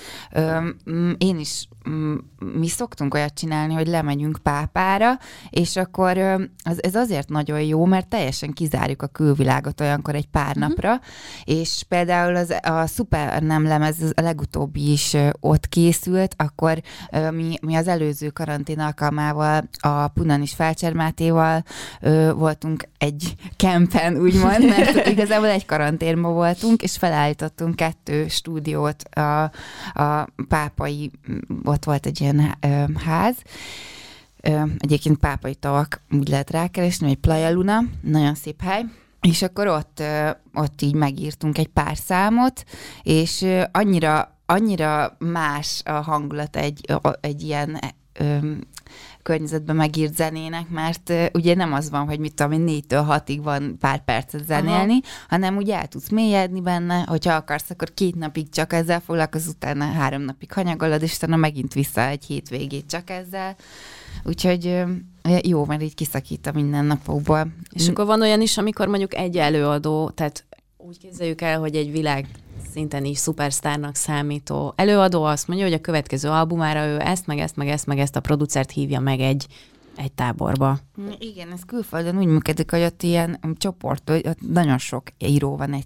Mi szoktunk olyat csinálni, hogy lemegyünk Pápára, és akkor ez azért nagyon jó, mert teljesen kizárjuk a külvilágot olyankor egy pár napra, és például a Szuper Nem lemez, a legutóbbi is ott készült, akkor mi az előző karantén alkalmával a Punanis Felcser Mátéval voltunk egy campen, úgymond, mert igazából egy karanténban voltunk, és felállítottunk 2 stúdiót a Pápai, ott volt egy ilyen ház, egyébként Pápai tavak, úgy lehet rákeresni, vagy Playa Luna, nagyon szép hely, És akkor ott így megírtunk egy pár számot, és annyira más a hangulat egy ilyen környezetben megírt zenének, mert ugye nem az van, hogy mit tudom én, 4-től 6-ig van pár percet zenélni, hanem ugye el tudsz mélyedni benne, hogyha akarsz, akkor 2 napig csak ezzel foglalkozz, utána 3 napig hanyagolod, és utána megint vissza egy hétvégét csak ezzel. Úgyhogy jó, mert így kiszakít a mindennapokból. És akkor van olyan is, amikor mondjuk egy előadó, tehát úgy képzeljük el, hogy egy világ szinten is szupersztárnak számító előadó azt mondja, hogy a következő albumára ő ezt a producert hívja meg egy táborba. Igen, ez külföldön úgy működik, hogy ott ilyen csoport, ott nagyon sok író van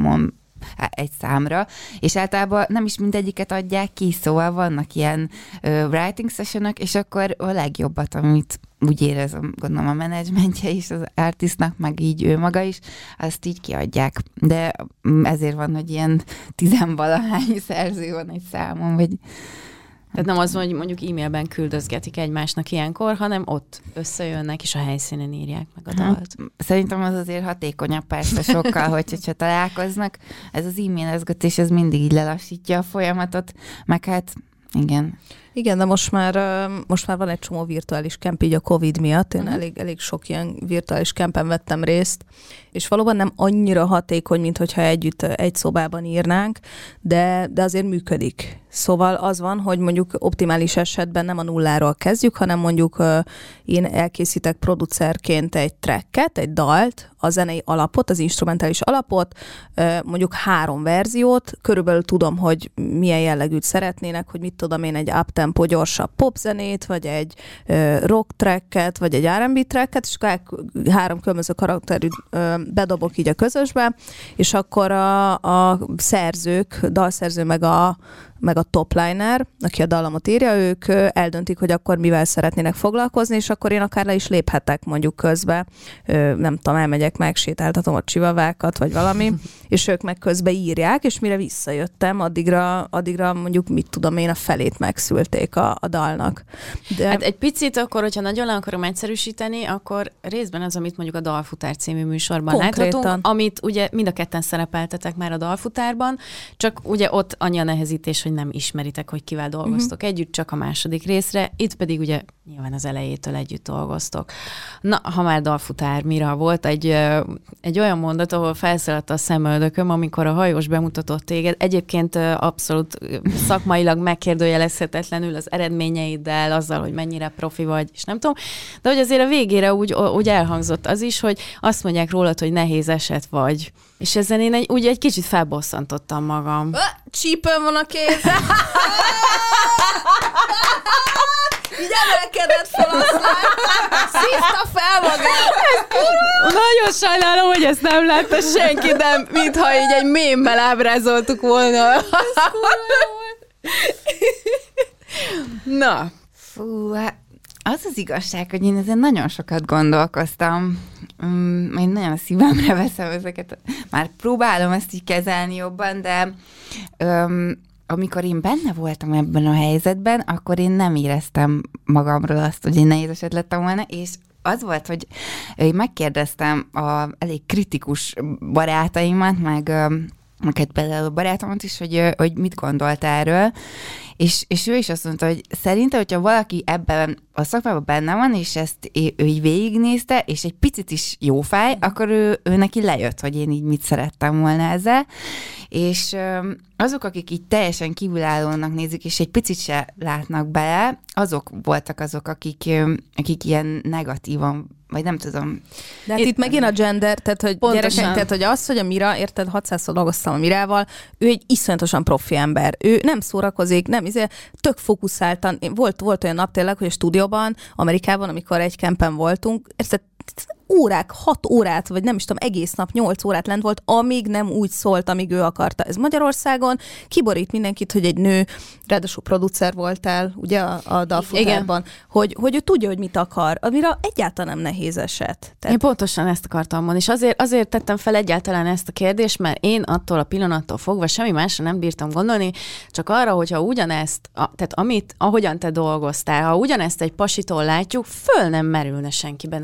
egy számra, és általában nem is mindegyiket adják ki, szóval vannak ilyen writing sessionok, és akkor a legjobbat, amit úgy érezem, gondolom a menedzsmentje is az artistnak, meg így ő maga is, azt így kiadják. De ezért van, hogy ilyen 10-valahány szerző van egy számon, vagy... Tehát nem az van, hogy mondjuk e-mailben küldözgetik egymásnak ilyenkor, hanem ott összejönnek, és a helyszínen írják meg a dalt. Szerintem az azért hatékonyabb persze sokkal, hogyha találkoznak. Ez az e-mailezgetés, ez mindig így lelassítja a folyamatot, meg hát igen. Igen, de most már van egy csomó virtuális kemp így a Covid miatt. Én elég sok ilyen virtuális kempen vettem részt, és valóban nem annyira hatékony, mint hogyha együtt egy szobában írnánk, de azért működik. Szóval az van, hogy mondjuk optimális esetben nem a nulláról kezdjük, hanem mondjuk én elkészítek producerként egy tracket, egy dalt, a zenei alapot, az instrumentális alapot, mondjuk 3 verziót, körülbelül tudom, hogy milyen jellegűt szeretnének, hogy mit tudom én, egy uptempo gyorsabb popzenét, vagy egy rock tracket, vagy egy R&B tracket, és akkor 3 különböző karakterű bedobok így a közösbe, és akkor a szerzők, dalszerző meg a topliner, aki a dallamot írja, ők eldöntik, hogy akkor mivel szeretnének foglalkozni, és akkor én akár le is léphetek mondjuk közbe, nem tudom, elmegyek, megsétáltatom a csivavákat, vagy valami, és ők meg közbe írják, és mire visszajöttem, addigra mondjuk, mit tudom én, a felét megszülték a dalnak. De... Hát egy picit akkor, hogyha nagyon le akarom egyszerűsíteni, akkor részben az, amit mondjuk a Dalfutár című műsorban láthatunk, amit ugye mind a ketten szerepeltetek már a Dalfutárban, csak ugye ott annyi a nehezítés, hogy nem ismeritek, hogy kivel dolgoztok együtt, csak a második részre, itt pedig ugye nyilván az elejétől együtt dolgoztok. Na, ha már Dalfutár, Mira, volt egy olyan mondat, ahol felszaladt a szemöldököm, amikor a hajós bemutatott téged, egyébként abszolút szakmailag megkérdőjelezhetetlenül az eredményeiddel, azzal, hogy mennyire profi vagy, és nem tudom, de hogy azért a végére úgy elhangzott az is, hogy azt mondják rólad, hogy nehéz eset vagy. És ezen én úgy egy kicsit felbosszantottam magam. Csípőn van a kéz! Így emelkedett fel aztán. Szívta fel magát. Nagyon sajnálom, hogy ezt nem látta senki, de mintha így egy mémmel ábrázoltuk volna. Ez Na. Fú, az az igazság, hogy én ezen nagyon sokat gondolkoztam. Én nagyon szívemre veszem ezeket. Már próbálom ezt így kezelni jobban, de amikor én benne voltam ebben a helyzetben, akkor én nem éreztem magamról azt, hogy én nehéz eset lettem volna, és az volt, hogy én megkérdeztem a elég kritikus barátaimat, meg például a barátomat is, hogy mit gondolt erről, és ő is azt mondta, hogy szerinte, hogyha valaki ebben a szakmában benne van, és ezt ő így végignézte, és egy picit is jó fáj, akkor ő neki lejött, hogy én így mit szerettem volna ezzel, és azok, akik így teljesen kívülállónak nézik, és egy picit se látnak bele, azok voltak azok, akik ilyen negatívan, vagy nem tudom. De hát itt megint a gender, tehát hogy gyerekek, tehát hogy az, hogy a Mira, érted, 600-szor dolgoztam a Mirával, ő egy iszonyatosan profi ember. Ő nem szórakozik, nem, tök fókuszáltan. Volt olyan nap tényleg, hogy a stúdióban, Amerikában, amikor egy campen voltunk, érted, órák, 6 órát, vagy nem is tudom, egész nap 8 órát lent volt, amíg nem úgy szólt, amíg ő akarta. Ez Magyarországon kiborít mindenkit, hogy egy nő, ráadásul producer voltál, ugye a Dalfutárban, hogy ő tudja, hogy mit akar, amire egyáltalán nem nehéz eset. Én pontosan ezt akartam mondani, és azért tettem fel egyáltalán ezt a kérdést, mert én attól a pillanattól fogva semmi másra nem bírtam gondolni, csak arra, hogyha ugyanezt, tehát ahogyan te dolgoztál, ha ugyanezt egy pasitól látjuk, föl nem merülne senkiben, hogy ő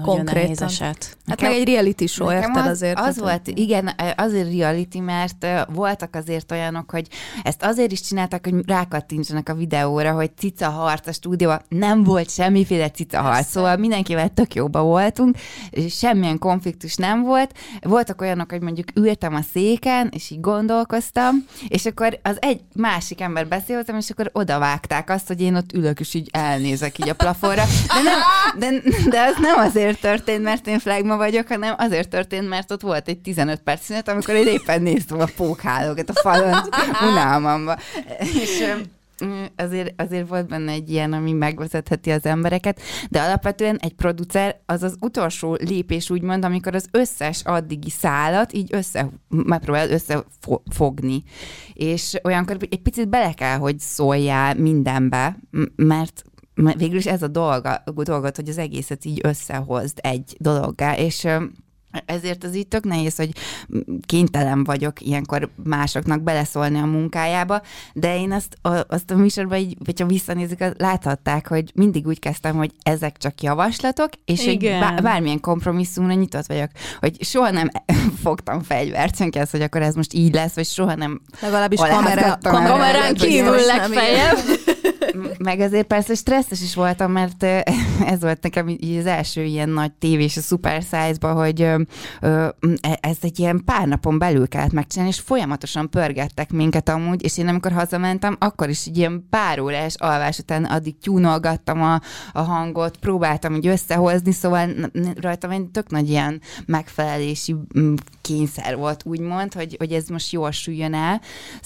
nehéz eset. Hát meg egy reality show, érted azért. Az volt, igen, azért reality, mert voltak azért olyanok, hogy ezt azért is csináltak, hogy rákattintsanak a videóra, hogy cica harc a stúdióban. Nem volt semmiféle cica harc, szóval mindenkivel tök jóba voltunk, és semmilyen konfliktus nem volt. Voltak olyanok, hogy mondjuk ültem a széken, és így gondolkoztam, és akkor az egy másik ember beszéltem, és akkor odavágták azt, hogy én ott ülök, és így elnézek így a plafonra. De az nem azért történt, mert én flagma vagyok, hanem azért történt, mert ott volt egy 15 perc szünet, amikor én éppen néztem a pókhálókat a falon, unalmamba. És azért volt benne egy ilyen, ami megvezetheti az embereket, de alapvetően egy producer az az utolsó lépés, úgymond, amikor az összes addigi szálat így megpróbál összefogni. És olyankor egy picit bele kell, hogy szóljál mindenbe, mert végül is ez a dolgot, hogy az egészet így összehozd egy dologgá, és ezért az így tök nehéz, hogy kénytelen vagyok ilyenkor másoknak beleszólni a munkájába, de én azt a műsorban így, hogyha visszanézik, láthatták, hogy mindig úgy kezdtem, hogy ezek csak javaslatok, és hogy bármilyen kompromisszumra nyitott vagyok, hogy soha nem fogtam fegyvert, ez, hogy akkor ez most így lesz, vagy soha nem legalábbis kamerán kívül legfeljebb. Meg azért persze stresszes is voltam, mert ez volt nekem így az első ilyen nagy tévés a Super Size-ba, hogy ezt egy ilyen pár napon belül kellett megcsinálni, és folyamatosan pörgettek minket amúgy, és én amikor hazamentem, akkor is így ilyen pár órás alvás után addig tyúnolgattam a hangot, próbáltam így összehozni, szóval rajtam egy tök nagy ilyen megfelelési kényszer volt, úgymond, hogy ez most jól süljön el,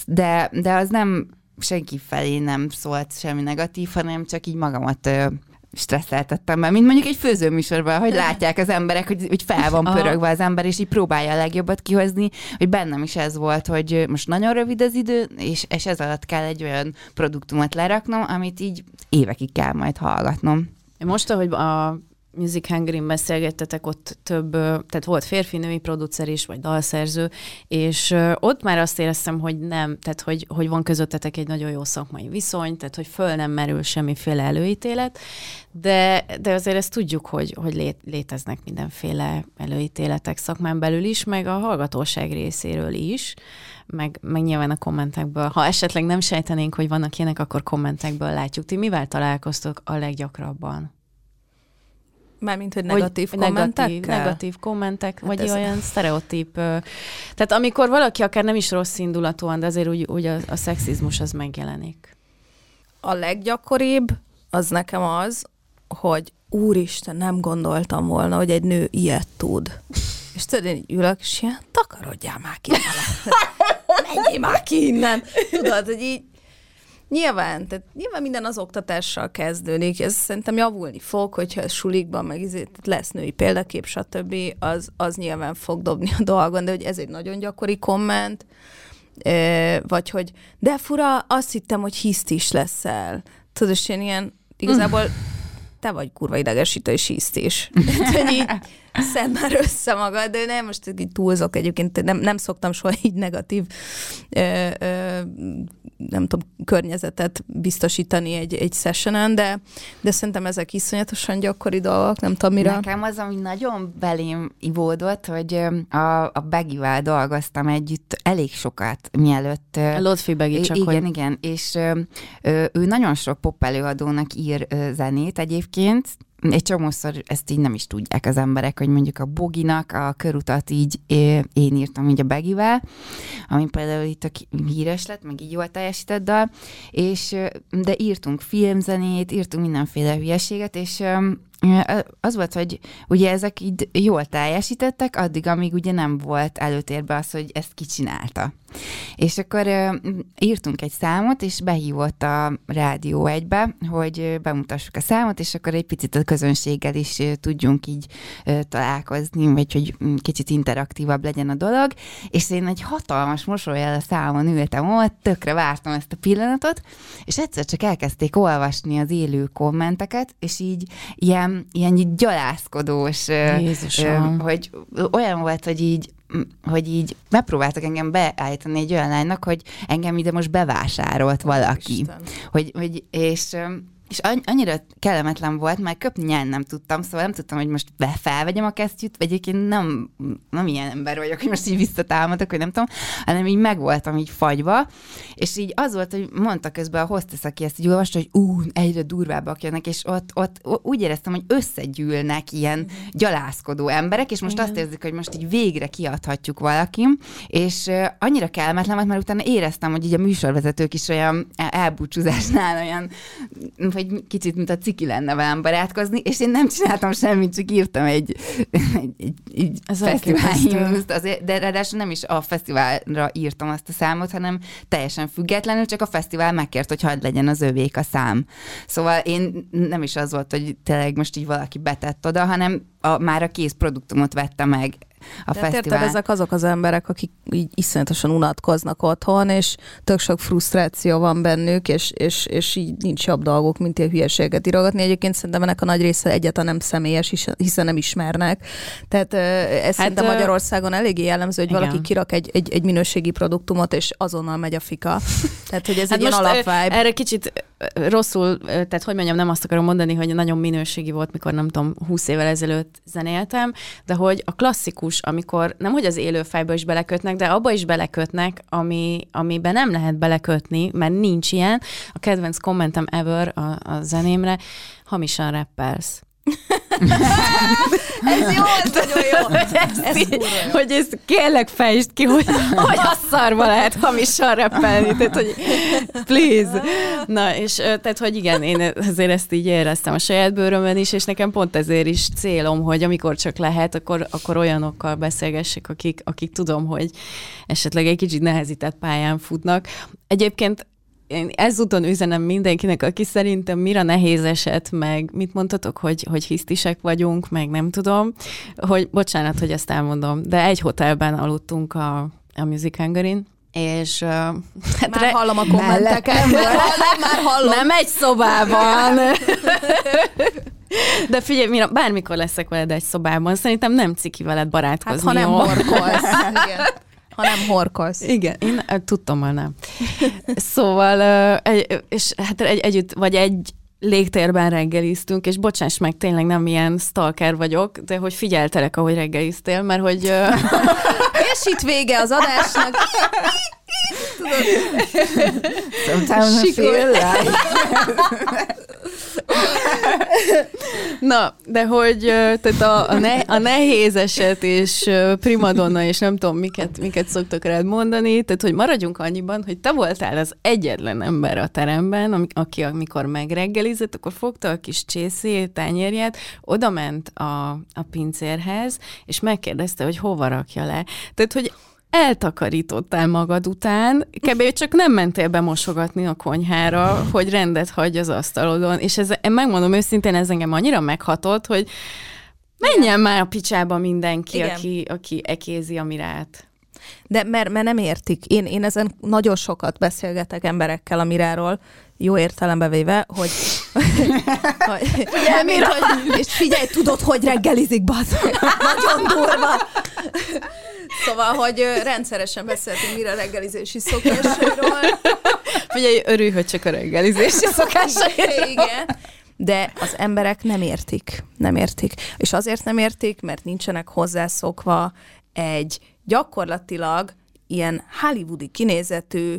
de az nem senki felé nem szólt semmi negatív, hanem csak így magamat stresszeltettem be, mint mondjuk egy főzőműsorban, hogy látják az emberek, hogy fel van pörögve az ember, és így próbálja a legjobbat kihozni, hogy bennem is ez volt, hogy most nagyon rövid az idő, és ez alatt kell egy olyan produktumot leraknom, amit így évekig kell majd hallgatnom. Most, ahogy a Music Hungry-n beszélgettetek, ott több, tehát volt férfi-női producer is, vagy dalszerző, és ott már azt éreztem, hogy nem, tehát hogy van közöttetek egy nagyon jó szakmai viszony, tehát hogy föl nem merül semmiféle előítélet, de azért ezt tudjuk, hogy léteznek mindenféle előítéletek szakmán belül is, meg a hallgatóság részéről is, meg nyilván a kommentekből. Ha esetleg nem sejtenénk, hogy vannak ilyenek, akkor kommentekből látjuk. Ti mivel találkoztok a leggyakrabban? Mármint, hogy negatív kommentek? Negatív kommentek, hát vagy olyan sztereotíp. Tehát amikor valaki akár nem is rossz indulatúan, de azért úgy a szexizmus az megjelenik. A leggyakoribb az nekem az, hogy úristen, nem gondoltam volna, hogy egy nő ilyet tud. És tudod, én ülök, és ilyen, takarodjál már ki vele. Menjél már ki innen. Tudod, hogy így nyilván minden az oktatással kezdődik, ez szerintem javulni fog, hogyha ez sulikban, meg lesz női példakép, stb., az nyilván fog dobni a dolgon, de hogy ez egy nagyon gyakori komment, vagy hogy de fura, azt hittem, hogy hiszt is leszel. Tudod, és én ilyen, igazából te vagy kurva idegesítő és hiszt is. Hogy így szedd már össze magad, de nem, most így túlzok egyébként, nem szoktam soha így negatív nem tudom, környezetet biztosítani egy sessionen, de szerintem ezek iszonyatosan gyakori dolgok, nem tudom mire. Nekem az, ami nagyon belém ivódott, hogy a Begivel dolgoztam együtt elég sokat, mielőtt... Lotfi Begi csak, igen, és ő nagyon sok pop előadónak ír zenét egyébként. Egy csomószor ezt így nem is tudják az emberek, hogy mondjuk a Boginak a Körutat így én írtam így a Begivel, ami például itt híres lett, meg így jól teljesített dal, de írtunk filmzenét, írtunk mindenféle hülyeséget, és az volt, hogy ugye ezek így jól teljesítettek, addig, amíg ugye nem volt előtérben az, hogy ezt ki csinálta. És akkor írtunk egy számot, és behívott a Rádió 1-be, hogy bemutassuk a számot, és akkor egy picit a közönséggel is tudjunk így találkozni, vagy hogy kicsit interaktívabb legyen a dolog, és én egy hatalmas mosollyal a számon ültem ott, tökre vártam ezt a pillanatot, és egyszer csak elkezdték olvasni az élő kommenteket, és így ilyen gyalászkodós, hogy olyan volt, hogy így megpróbáltak engem beállítani egy olyan lánynak, hogy engem ide most bevásárolt valaki. és annyira kellemetlen volt, mert köpni nyelven nem tudtam, szóval nem tudtam, hogy most felvegyem a kesztyűt, vagy egyébként nem ilyen ember vagyok, hogy most így visszatámadok, hogy nem tudom, hanem így meg voltam így fagyva, és így az volt, hogy mondta közben a hostess, aki ezt így olvasta, hogy egyre durvábbak jönnek, és ott úgy éreztem, hogy összegyűlnek ilyen gyalászkodó emberek, és most azt érzik, hogy most így végre kiadhatjuk valakin, és annyira kellemetlen volt, mert utána éreztem, hogy így a műsorvezetők is olyan elbúcsúzásnál olyan, hogy kicsit, mint a ciki lenne velem barátkozni, és én nem csináltam semmit, csak írtam egy fesztiválhimnuszt, de ráadásul nem is a fesztiválra írtam azt a számot, hanem teljesen függetlenül, csak a fesztivál megkért, hogy hadd legyen az övék a szám. Szóval én nem is az volt, hogy tényleg most így valaki betett oda, hanem már a kész produktumot vette meg a fesztivál. Érted, ezek azok az emberek, akik így iszonyatosan unatkoznak otthon, és tök sok frusztráció van bennük, és így nincs jobb dolgok, mint ilyen hülyeséget írogatni. Egyébként szerintem ennek a nagy része egyáltalán nem személyes, hiszen nem ismernek. Tehát ez szerintem Magyarországon eléggé jellemző, hogy valaki kirak egy minőségi produktumot, és azonnal megy a fika. Tehát, hogy ez egy ilyen alapvibe. Erre kicsit rosszul, tehát hogy mondjam, nem azt akarom mondani, hogy nagyon minőségi volt, mikor nem tudom, 20 évvel ezelőtt zenéltem, de hogy a klasszikus, amikor nem, hogy az élőfájba is belekötnek, de abba is belekötnek, amiben nem lehet belekötni, mert nincs ilyen. A kedvenc kommentem ever a zenémre, hamisan rappelsz. Ez jó, ez nagyon jó. Hogy ezt kérlek fejtsd ki, hogy a szarba lehet hamisan rappelni. Tehát, hogy please. Na, és tehát, hogy igen, én azért ezt így éreztem a saját bőrömön is, és nekem pont ezért is célom, hogy amikor csak lehet, akkor olyanokkal beszélgessek, akik tudom, hogy esetleg egy kicsit nehezített pályán futnak. Egyébként én ezúton üzenem mindenkinek, aki szerintem mire nehéz eset, meg mit mondtatok, hogy hisztisek vagyunk, meg nem tudom, hogy bocsánat, hogy ezt elmondom, de egy hotelben aludtunk a Music Hungary-n, és már hallom a kommenteket. Már hallom. Nem egy szobában. De figyelj, bármikor leszek veled egy szobában, szerintem nem ciki veled barátkozni. Hát, ha nem horkolsz. Igen. Ha nem horkolsz. Igen, én tudtommal nem. Szóval, és hát együtt, vagy egy légtérben reggeliztünk, és bocsáss meg, tényleg nem ilyen stalker vagyok, de hogy figyeltelek, ahogy reggeliztél, mert hogy... És itt vége az adásnak. Na, de hogy tehát a nehéz eset és primadonna, és nem tudom, miket szoktak rád mondani, tehát hogy maradjunk annyiban, hogy te voltál az egyetlen ember a teremben, aki amikor megreggelizett, akkor fogta a kis csészét, tányérját, oda ment a pincérhez, és megkérdezte, hogy hova rakja le. Tehát, hogy eltakarítottál magad után, kb. Csak nem mentél bemosogatni a konyhára, hogy rendet hagyj az asztalodon, és megmondom őszintén, ez engem annyira meghatott, hogy menjen már a picsába mindenki, aki ekézi a mirát. De mert nem értik. Én ezen nagyon sokat beszélgetek emberekkel a miráról, jó értelembe véve, hogy és figyelj, tudod, hogy reggelizik, bazd. Nagyon durva. Szóval, hogy rendszeresen beszéltünk mire reggelizési szokásairól. Figyelj, örülj, hogy csak a reggelizési szokásairól. Igen. De az emberek nem értik. Nem értik. És azért nem értik, mert nincsenek hozzászokva egy gyakorlatilag ilyen hollywoodi kinézetű,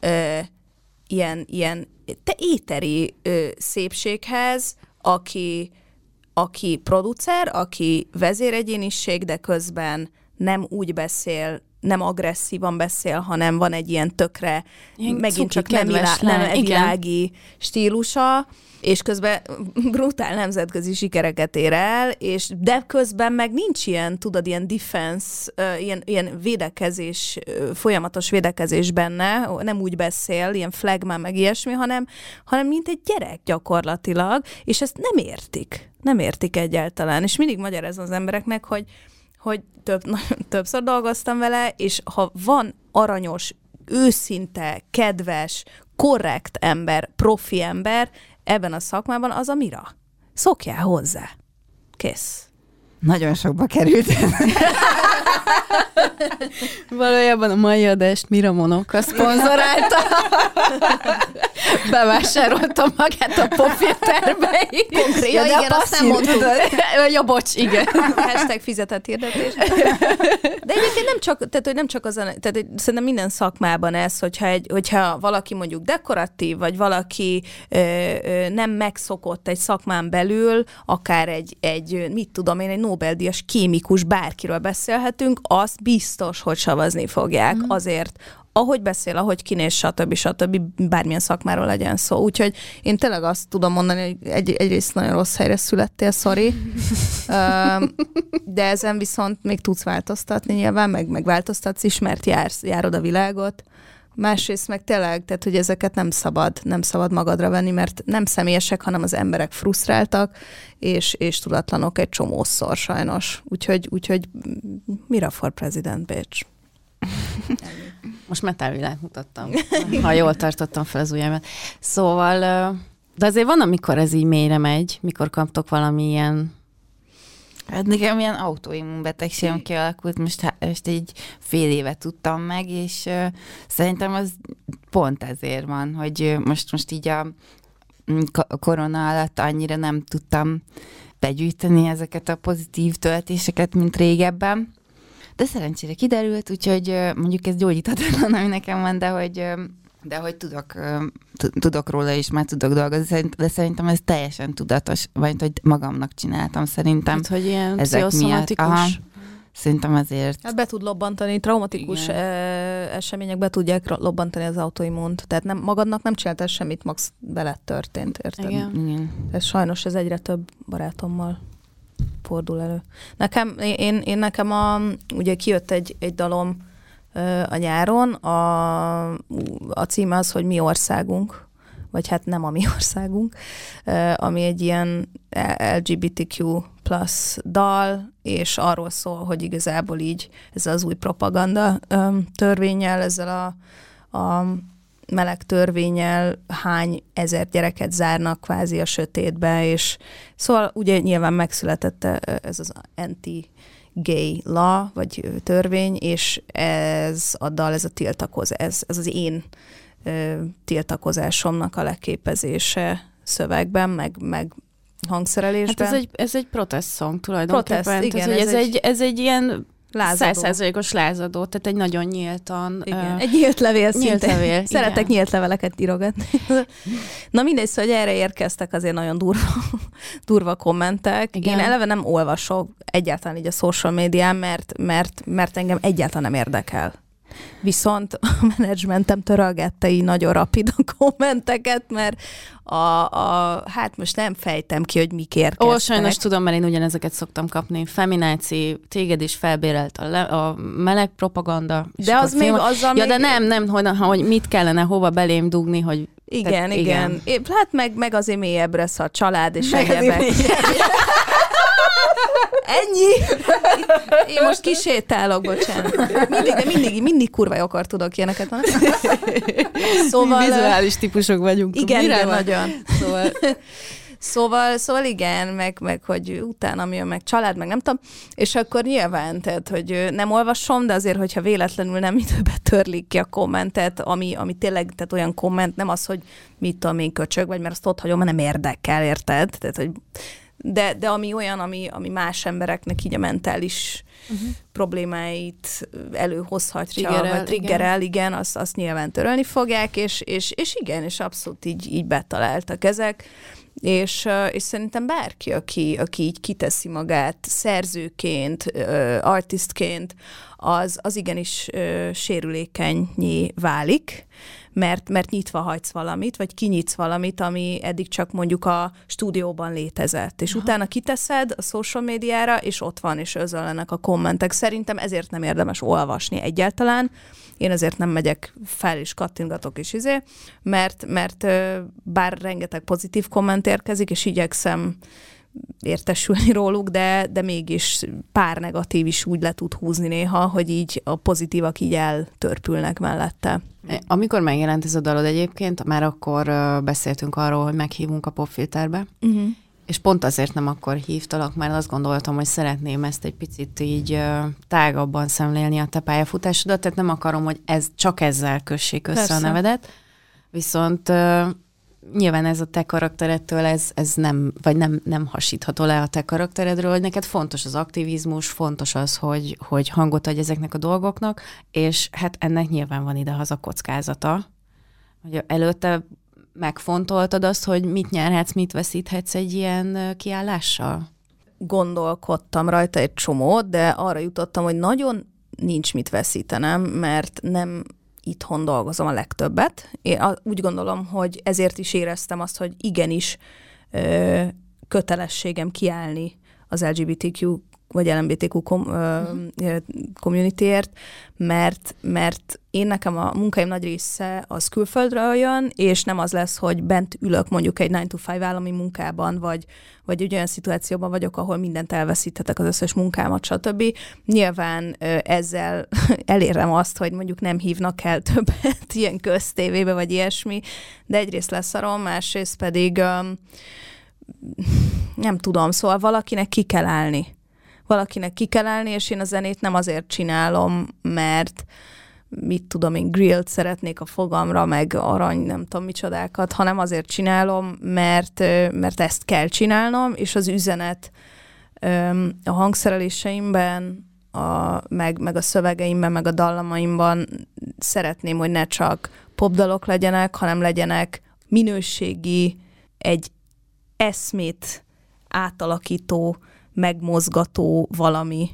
ilyen éteri szépséghez, aki producer, aki vezéregyéniség, de közben nem úgy beszél, nem agresszívan beszél, hanem van egy ilyen tökre, ilyen megint csak nem világi stílusa, és közben brutál nemzetközi sikereket ér el, de közben meg nincs ilyen, tudod, ilyen defense, ilyen védekezés, folyamatos védekezés benne, nem úgy beszél, ilyen flagman meg ilyesmi, hanem mint egy gyerek gyakorlatilag, és ezt nem értik. Nem értik egyáltalán. És mindig magyarázom az embereknek, hogy többször dolgoztam vele, és ha van aranyos, őszinte, kedves, korrekt ember, profi ember ebben a szakmában, az a Mira. Szokjál hozzá. Kész. Nagyon sokba került. Valójában a mai adást Mira Monoka szponzorálta. bevásároltam magát a popfilterbe. Ja, igen, azt nem mondtuk. Ja, bocs, igen. Hashtag fizetett hirdetés. De egyébként nem csak azon, tehát szerintem minden szakmában ez, hogyha valaki mondjuk dekoratív, vagy valaki nem megszokott egy szakmán belül, akár egy mit tudom én, egy Nobel-díjas kémikus, bárkiről beszélhetünk, azt biztos, hogy savazni fogják azért, ahogy beszél, ahogy kinéz, stb. Bármilyen szakmáról legyen szó. Úgyhogy én tényleg azt tudom mondani, hogy egyrészt nagyon rossz helyre születtél, sorry. De ezen viszont még tudsz változtatni nyilván, meg változtatsz is, mert járod a világot. Másrészt meg tényleg, tehát hogy ezeket nem szabad magadra venni, mert nem személyesek, hanem az emberek frusztráltak, és tudatlanok egy csomószor sajnos. Úgyhogy mira for president, bitch? Most metálvilágt mutattam, ha jól tartottam fel az ujjaimat. Szóval, de azért van, amikor ez így mélyre megy, mikor kaptok valami ilyen... Hát nekem ilyen autoimmunbetegségem kialakult, most egy fél éve tudtam meg, és szerintem az pont ezért van, hogy most így a korona alatt annyira nem tudtam begyűjteni ezeket a pozitív töltéseket, mint régebben. De szerencsére kiderült, úgyhogy mondjuk ez gyógyíthatatlan, ami nekem van, de hogy tudok róla is, már tudok dolgozni, de szerintem ez teljesen tudatos, vagy hogy magamnak csináltam szerintem. Hát, hogy ilyen pszichoszomatikus. Szerintem azért. Hát be tud lobbantani, traumatikus események be tudják lobbantani az autoimmunt. Tehát magadnak nem csináltál semmit, max veled történt, érted? Igen. Sajnos ez egyre több barátommal fordul elő. Nekem ugye kijött egy dalom a nyáron, a címe az, hogy Mi országunk, vagy hát nem a mi országunk, ami egy ilyen LGBTQ+ dal, és arról szól, hogy igazából így ezzel az új propaganda törvénnyel, ezzel a meleg törvénnyel hány ezer gyereket zárnak kvázi a sötétbe, és szóval ugye nyilván megszületett ez az anti-gay law, vagy törvény, és ez a dal, ez a tiltakozás, ez az én tiltakozásomnak a leképezése szövegben, meg hangszerelésben. Hát ez egy protest song tulajdonképpen. Protest, igen. Ez egy ilyen 100%-os lázadó, tehát egy nagyon nyíltan... Igen, egy nyílt levél nyílt levél, Szeretek igen. nyílt leveleket írogatni. Na mindegy, szóval, hogy erre érkeztek azért nagyon durva kommentek. Igen. Én eleve nem olvasok egyáltalán így a social médián, mert engem egyáltalán nem érdekel. Viszont a menedzsmentem törölgette így nagyon rapid a kommenteket, mert hát most nem fejtem ki, hogy mik érkeztek. Sajnos tudom, mert én ugyanezeket szoktam kapni. Femináci, téged is felbérelt a meleg propaganda. De az még azzal ja, de nem, hogy mit kellene hova belém dugni, hogy... Igen. Hát meg azért mélyebbre a család és egyebek. Ennyi? Én most kisétálok, bocsánat. Mindig kurva jókor tudok ilyeneket mondani. Szóval... Vizuális típusok vagyunk. Igen, nagyon. Szóval igen, meg hogy utána mi jön, meg család, meg nem tudom. És akkor nyilván, tehát, hogy nem olvasom, de azért, hogyha véletlenül nem időben törlik ki a kommentet, ami tényleg, tehát olyan komment, nem az, hogy mit tudom én köcsög, vagy mert azt ott hagyom, mert nem érdekel, érted? Tehát, hogy de ami olyan, ami más embereknek így a mentális problémáit előhozhatja, vagy triggerel, igen, azt nyilván törölni fogják, és igen, és abszolút így betaláltak ezek. És szerintem bárki, aki így kiteszi magát szerzőként, artistként, az igenis sérülékenyé válik, mert nyitva hagysz valamit, vagy kinyitsz valamit, ami eddig csak mondjuk a stúdióban létezett. És utána kiteszed a social médiára, és ott van, és özönlenek a kommentek. Szerintem ezért nem érdemes olvasni egyáltalán. Én ezért nem megyek fel, és kattingatok is mert bár rengeteg pozitív komment érkezik, és igyekszem értesülni róluk, de mégis pár negatív is úgy le tud húzni néha, hogy így a pozitívak így eltörpülnek mellette. Amikor megjelent ez a dalod egyébként, már akkor beszéltünk arról, hogy meghívunk a Popfilterbe, és pont azért nem akkor hívtalak, mert azt gondoltam, hogy szeretném ezt egy picit így tágabban szemlélni a te pályafutásodat, tehát nem akarom, hogy ez csak ezzel kössék össze a nevedet, Viszont nyilván ez a te karakterettől, ez nem hasítható le a te karakteredről, hogy neked fontos az aktivizmus, fontos az, hogy hangot adj ezeknek a dolgoknak, és hát ennek nyilván van idehaza kockázata. Hogy előtte megfontoltad azt, hogy mit nyerhetsz, mit veszíthetsz egy ilyen kiállással? Gondolkodtam rajta egy csomót, de arra jutottam, hogy nagyon nincs mit veszítenem, mert nem itthon dolgozom a legtöbbet. Én úgy gondolom, hogy ezért is éreztem azt, hogy igenis kötelességem kiállni az LGBTQ vagy LMBTQ communityért, mert én nekem a munkáim nagy része az külföldről jön, és nem az lesz, hogy bent ülök mondjuk egy 9-to-5 állami munkában, vagy egy olyan szituációban vagyok, ahol mindent elveszíthetek, az összes munkámat, stb. Nyilván ezzel elérem azt, hogy mondjuk nem hívnak el többet ilyen köztévébe, vagy ilyesmi, de egyrészt leszarom, másrészt pedig nem tudom, szóval valakinek ki kell állni. És én a zenét nem azért csinálom, mert mit tudom én, grillt szeretnék a fogamra, meg arany, nem tudom micsodákat, hanem azért csinálom, mert ezt kell csinálnom, és az üzenet a hangszereléseimben, meg a szövegeimben, meg a dallamaimban szeretném, hogy ne csak popdalok legyenek, hanem legyenek minőségi, egy eszmét átalakító, megmozgató valami,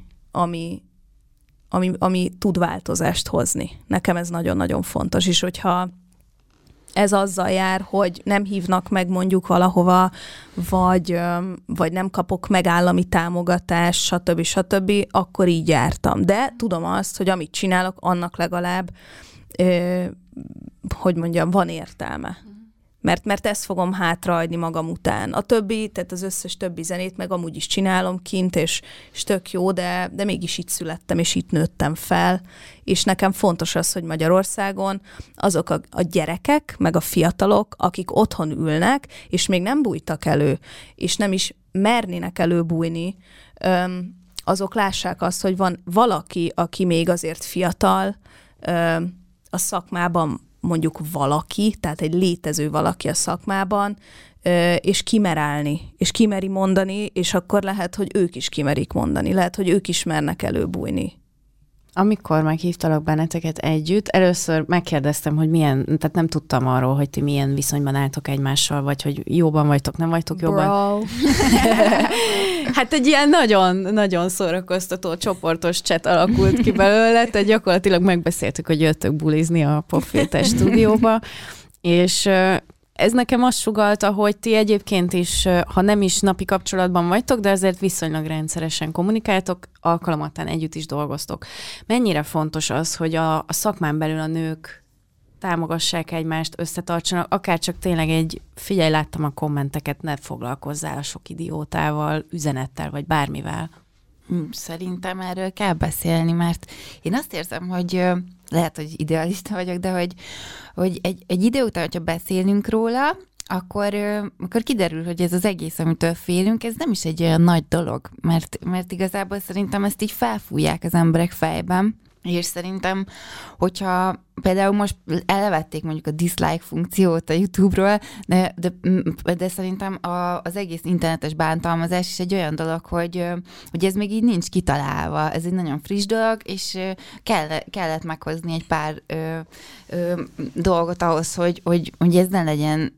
ami tud változást hozni. Nekem ez nagyon-nagyon fontos, és hogyha ez azzal jár, hogy nem hívnak meg mondjuk valahova, vagy nem kapok meg állami támogatást, stb., akkor így jártam. De tudom azt, hogy amit csinálok, annak legalább, hogy mondjam, van értelme. Mert ezt fogom hátrahagyni magam után. A többi, tehát az összes többi zenét meg amúgy is csinálom kint, és tök jó, de mégis itt születtem, és itt nőttem fel, és nekem fontos az, hogy Magyarországon azok a gyerekek, meg a fiatalok, akik otthon ülnek, és még nem bújtak elő, és nem is mernének előbújni, azok lássák azt, hogy van valaki, aki még azért fiatal, a szakmában mondjuk valaki, tehát egy létező valaki a szakmában, és kimer állni, és kimeri mondani, és akkor lehet, hogy ők is kimerik mondani, lehet, hogy ők is mernek előbújni. Amikor meghívtalak benneteket együtt, először megkérdeztem, hogy milyen, tehát nem tudtam arról, hogy ti milyen viszonyban álltok egymással, vagy hogy jóban vagytok, nem vagytok jóban. Hát egy ilyen nagyon szórakoztató csoportos chat alakult ki belőle, tehát gyakorlatilag megbeszéltük, hogy jöttök bulizni a Popfilter stúdióba, és ez nekem azt sugallta, hogy ti egyébként is, ha nem is napi kapcsolatban vagytok, de azért viszonylag rendszeresen kommunikáltok, alkalomattán együtt is dolgoztok. Mennyire fontos az, hogy a szakmán belül a nők támogassák egymást, összetartsanak, akár csak tényleg figyelj, láttam a kommenteket, ne foglalkozzál a sok idiótával, üzenettel, vagy bármivel. Szerintem erről kell beszélni, mert én azt érzem, hogy lehet, hogy idealista vagyok, de hogy egy idő után, hogyha beszélünk róla, akkor kiderül, hogy ez az egész, amitől félünk, ez nem is egy olyan nagy dolog, mert igazából szerintem ezt így felfújják az emberek fejben, és szerintem, hogyha például most elvették mondjuk a dislike funkciót a YouTube-ról, de szerintem az egész internetes bántalmazás is egy olyan dolog, hogy ez még így nincs kitalálva. Ez egy nagyon friss dolog, és kellett meghozni egy pár dolgot ahhoz, hogy ez ne legyen,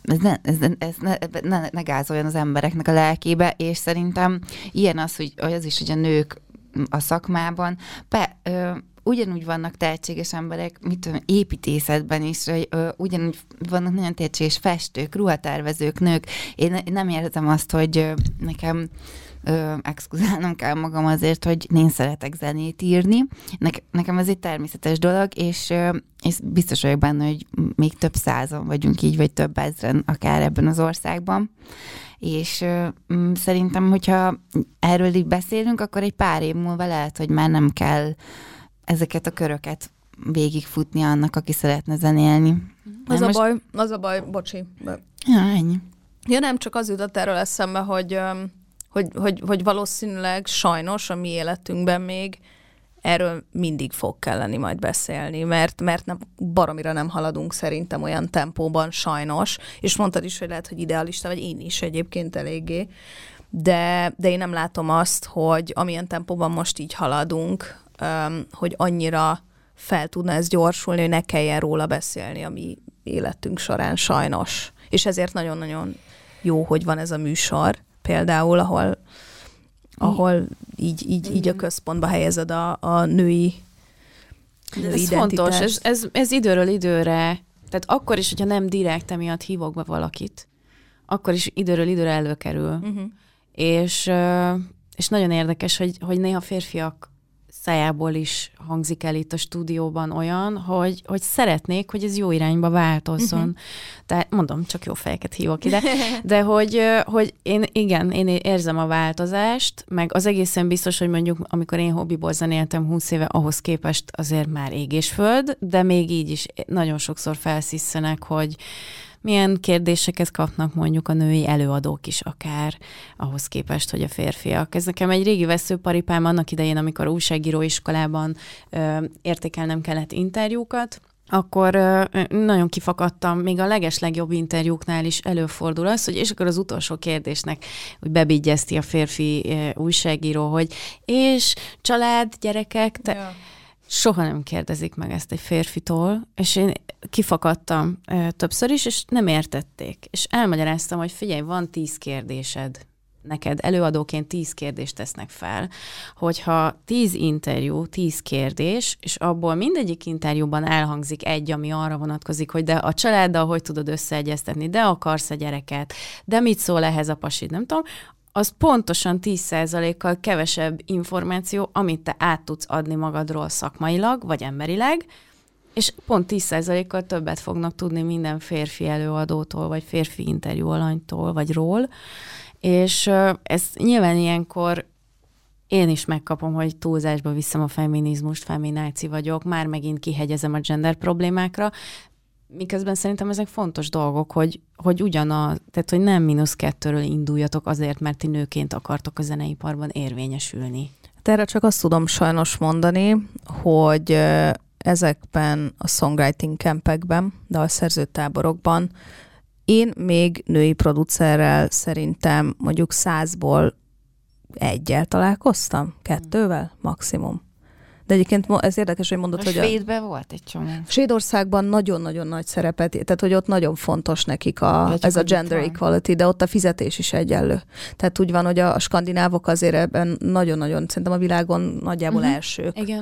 ne gázoljon az embereknek a lelkébe, és szerintem ilyen az, hogy a nők a szakmában, ugyanúgy vannak tehetséges emberek, mit tudom, építészetben is, ugyanúgy vannak nagyon tehetséges festők, ruhatervezők, nők. Én nem érzem azt, hogy nekem exkluzálnom kell magam azért, hogy én szeretek zenét írni. Nekem ez egy természetes dolog, és biztos vagyok benne, hogy még több százan vagyunk így, vagy több ezren akár ebben az országban. És szerintem, hogyha erről így beszélünk, akkor egy pár év múlva lehet, hogy már nem kell ezeket a köröket végigfutni annak, aki szeretne zenélni. Az a baj, bocsi. Ja, ennyi. Ja, nem, csak az jutott erről eszembe, hogy valószínűleg sajnos a mi életünkben még erről mindig fog kelleni majd beszélni, mert nem, baromira nem haladunk szerintem olyan tempóban sajnos, és mondtad is, hogy lehet, hogy idealista, vagy én is egyébként eléggé, de én nem látom azt, hogy amilyen tempóban most így haladunk, hogy annyira fel tudna ez gyorsulni, hogy ne kelljen róla beszélni a mi életünk során sajnos. És ezért nagyon-nagyon jó, hogy van ez a műsor például, ahol így a központba helyezed a női ez fontos, ez időről időre, tehát akkor is, hogyha nem direkt emiatt hívok be valakit, akkor is időről időre előkerül. És nagyon érdekes, hogy néha férfiak szájából is hangzik el itt a stúdióban olyan, hogy szeretnék, hogy ez jó irányba változzon. Tehát mondom, csak jó fejeket hívok ide, de hogy én érzem a változást, meg az egészen biztos, hogy mondjuk, amikor én hobbiból zenéltem 20 éve, ahhoz képest azért már ég és föld, de még így is nagyon sokszor felszisszenek, hogy milyen kérdéseket kapnak mondjuk a női előadók is akár, ahhoz képest, hogy a férfiak. Ez nekem egy régi veszőparipám annak idején, amikor újságíróiskolában értékelnem kellett interjúkat, akkor nagyon kifakadtam, még a legeslegjobb interjúknál is előfordul az, hogy és akkor az utolsó kérdésnek úgy bebigyezti a férfi újságíró, hogy és család, gyerekek, Ja. Soha nem kérdezik meg ezt egy férfitól, és én kifakadtam többször is, és nem értették. És elmagyaráztam, hogy figyelj, van 10 kérdésed. Neked előadóként 10 kérdést tesznek fel, hogyha 10 interjú, 10 kérdés, és abból mindegyik interjúban elhangzik egy, ami arra vonatkozik, hogy de a családdal hogy tudod összeegyeztetni, de akarsz a gyereket, de mit szól ehhez a pasid, nem tudom, az pontosan 10%-kal kevesebb információ, amit te át tudsz adni magadról szakmailag, vagy emberileg, és pont 10%-kal többet fognak tudni minden férfi előadótól, vagy férfi interjú alanytól, vagy ról. És ez nyilván ilyenkor én is megkapom, hogy túlzásba viszem a feminizmust, femináci vagyok, már megint kihegyezem a gender problémákra, miközben szerintem ezek fontos dolgok, hogy ugyanaz, tehát hogy nem -2-ről induljatok azért, mert ti nőként akartok a zeneiparban érvényesülni. Erre csak azt tudom sajnos mondani, hogy ezekben a songwriting campekben, dalszerző táborokban én még női producerrel szerintem mondjuk 100-ból 1-jel találkoztam, 2-vel maximum. De egyébként ez érdekes, hogy mondod, hogy Svédben volt egy csomó. Svédországban nagyon-nagyon nagy szerepet, tehát hogy ott nagyon fontos nekik ez a gender equality, de ott a fizetés is egyenlő. Tehát úgy van, hogy a skandinávok azért ebben nagyon-nagyon, szerintem a világon nagyjából elsők. Igen.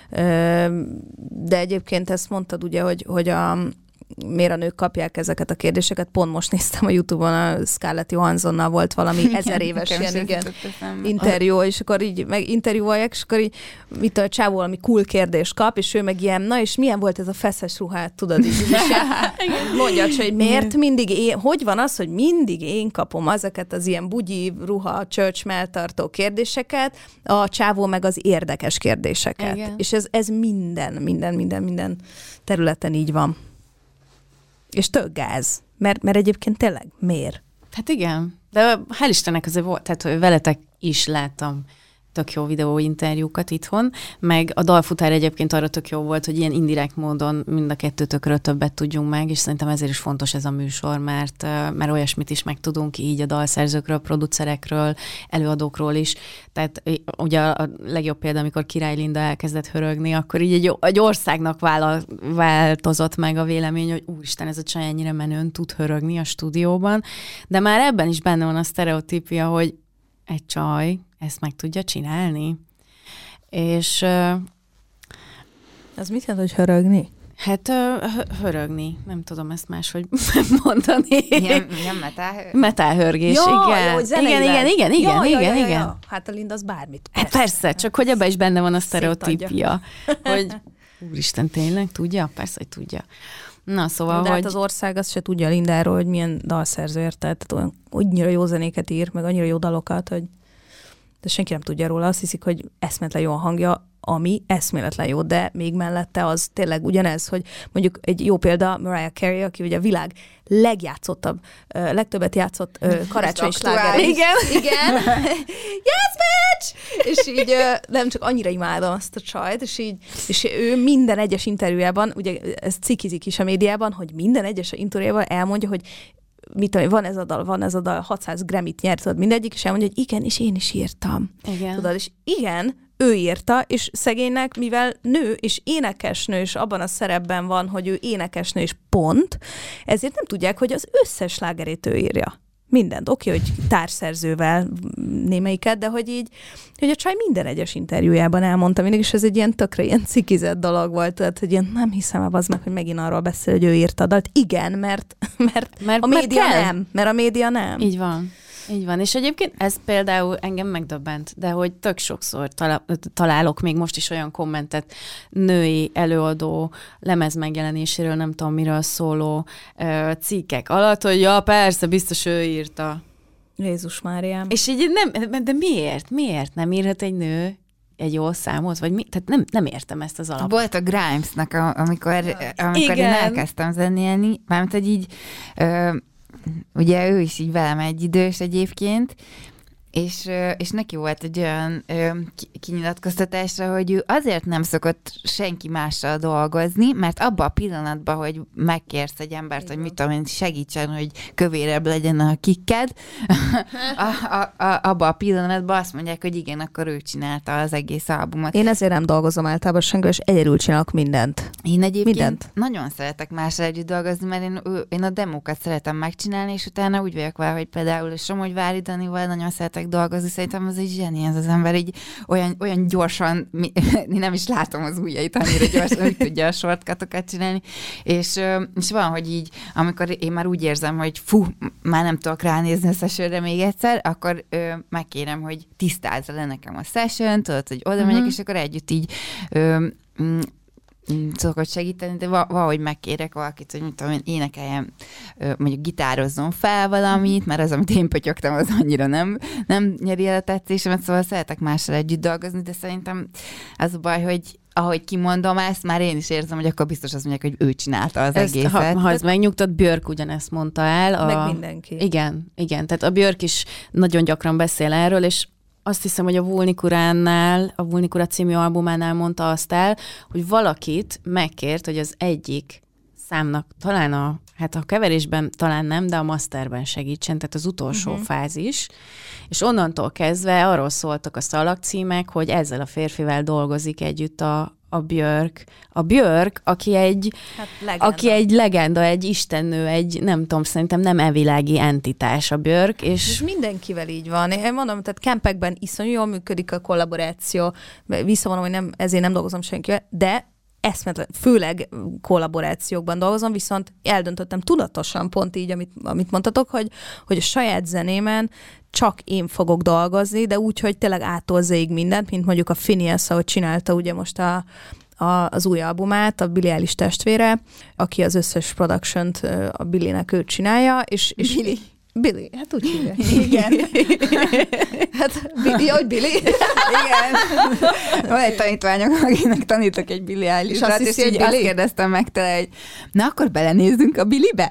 De egyébként ezt mondtad ugye, hogy miért a nők kapják ezeket a kérdéseket. Pont most néztem a YouTube-on, a Scarlett Johanssonnal volt valami 1000 éves ilyen interjú, és akkor így meginterjúolják, és akkor így mit a csávó valami cool kérdést kap, és ő meg ilyen, na és milyen volt ez a feszes ruhát, tudod így mondja, hogy miért mindig én, hogy van az, hogy mindig én kapom ezeket az ilyen bugyi ruha, church melltartó kérdéseket, a csávó meg az érdekes kérdéseket. Igen. És ez minden területen így van. És tök gáz. Mert egyébként tényleg miért? Hát igen, de hál' Istennek azért volt, tehát hogy veletek is láttam tök jó videóinterjúkat itthon, meg a dalfutár egyébként arra tök jó volt, hogy ilyen indirekt módon mind a kettőtökről többet tudjunk meg, és szerintem ezért is fontos ez a műsor, mert olyasmit is megtudunk így a dalszerzőkről, producerekről, előadókról is. Tehát ugye a legjobb példa, amikor Király Linda elkezdett hörögni, akkor így egy országnak változott meg a vélemény, hogy úristen, ez a csaj ennyire menőn tud hörögni a stúdióban, de már ebben is benne van a sztereotípia, hogy egy csaj ezt meg tudja csinálni. És... Ez mit jelent, hogy hörögni? Hát hörögni. Nem tudom ezt máshogy mondani. Ilyen metálhörgés, igen. Igen. Hát a Linda az bármit. Persze, csak hogy ebben is benne van a sztereotípia. Hogy úristen, tényleg tudja? Persze, hogy tudja. Na, szóval, de hát az ország azt se tudja Lindáról, hogy milyen dalszerző érte. Tehát olyan annyira jó zenéket ír, meg annyira jó dalokat, hogy de senki nem tudja róla. Azt hiszik, hogy eszmetlen jó a hangja. ami eszméletlen jó, de még mellette az tényleg ugyanez, hogy mondjuk egy jó példa Mariah Carey, aki ugye a világ legtöbbet játszott karácsonyi sláger. Igen. Yes, bitch! És így nem csak annyira imádom azt a csajt, és ő minden egyes interjújában, ugye ez cikizik is a médiában, hogy minden egyes interjújában elmondja, hogy mit tudom, van ez a dal, 600 Grammy-t nyert, tudod, mindegyik, és elmondja, hogy igen, és én is írtam. Igen. Tudod, és igen, ő írta, és szegénynek, mivel nő és énekesnő, és abban a szerepben van, hogy ő énekesnő, és pont, ezért nem tudják, hogy az összes slágerét ő írja. Mindent. Oké, hogy társszerzővel némelyiket, de hogy így, hogy a csaj minden egyes interjújában elmondta mindig, és ez egy ilyen tökre ilyen cikizett dolog volt, tehát, hogy én nem hiszem el az meg, hogy megint arról beszél, hogy ő írta a dalt. Igen, mert a média nem. Mert a média nem. Így van. Így van, és egyébként ez például engem megdöbbent, de hogy tök sokszor találok még most is olyan kommentet női előadó lemez megjelenéséről, nem tudom miről szóló cikkek alatt, hogy ja, persze, biztos ő írta. Jézus Máriám. És így nem, de miért? Miért nem írhat egy nő egy jó számot? Vagy mi? Tehát nem értem ezt az alapot. Volt a Grimesnak, amikor én elkezdtem zenélni, mármint, hogy így ugye ő is így velem egyidős egyébként, és neki volt egy olyan kinyilatkoztatásra, hogy ő azért nem szokott senki mással dolgozni, mert abban a pillanatban, hogy megkérsz egy embert, hogy mit tudom én, segítsen, hogy kövérebb legyen a kikked, abban a pillanatban azt mondják, hogy igen, akkor ő csinálta az egész albumot. Én ezért nem dolgozom általában senki, és egyedül csinálok mindent. Én egyébként nagyon szeretek mással együtt dolgozni, mert én a demókat szeretem megcsinálni, és utána úgy vagyok vele, hogy például Somogyvári Danival nagyon szeretek dolgozni, szerintem az egy zseni, ez az ember így olyan gyorsan, én nem is látom az ujjait annyira gyorsan, hogy tudja a shortcutokat csinálni, és van, hogy így, amikor én már úgy érzem, hogy már nem tudok ránézni a sessionre még egyszer, akkor megkérem, hogy tisztázza le nekem a session, tudod, hogy oda megyek, és akkor együtt így szokott segíteni, de valahogy megkérek valakit, hogy mit tudom én, énekeljem, mondjuk gitározzon fel valamit, mert az, amit én pötyögtem, az annyira nem nyeri el a tetszésemet, szóval szeretek mással együtt dolgozni, de szerintem az a baj, hogy ahogy kimondom ezt, már én is érzem, hogy akkor biztos azt mondják, hogy ő csinálta az egészet. Ha ez megnyugtat, Björk ugyanezt mondta el. Meg mindenki. Igen, tehát a Björk is nagyon gyakran beszél erről, és azt hiszem, hogy a Vulnikura című albumánál mondta azt el, hogy valakit megkért, hogy az egyik számnak talán a keverésben talán nem, de a masterben segítsen, tehát az utolsó fázis. És onnantól kezdve arról szóltak a szalagcímek, hogy ezzel a férfivel dolgozik együtt a Björk. A Björk, aki egy legenda, egy istennő, egy nem tudom, szerintem nem evilági entitás a Björk. És mindenkivel így van. Én mondom, tehát campekben iszonyú jól működik a kollaboráció. Visszavonom, hogy ezért nem dolgozom senkivel, de eszmetlen, főleg kollaborációkban dolgozom, viszont eldöntöttem tudatosan pont így, amit mondtatok, hogy a saját zenémen csak én fogok dolgozni, de úgy, hogy tényleg áttól zéig mindent, mint mondjuk a Phineas, ahogy csinálta ugye most az új albumát, a Billie Eilish testvére, aki az összes production-t a Billie-nek ő csinálja, és Billy, hát úgy hívja. Igen. Hát, hogy Billy? Igen. Van egy tanítványom, akinek tanítok egy Billie Eilish-ot, és így azt kérdeztem meg tőle, hogy na akkor belenézzünk a Billybe?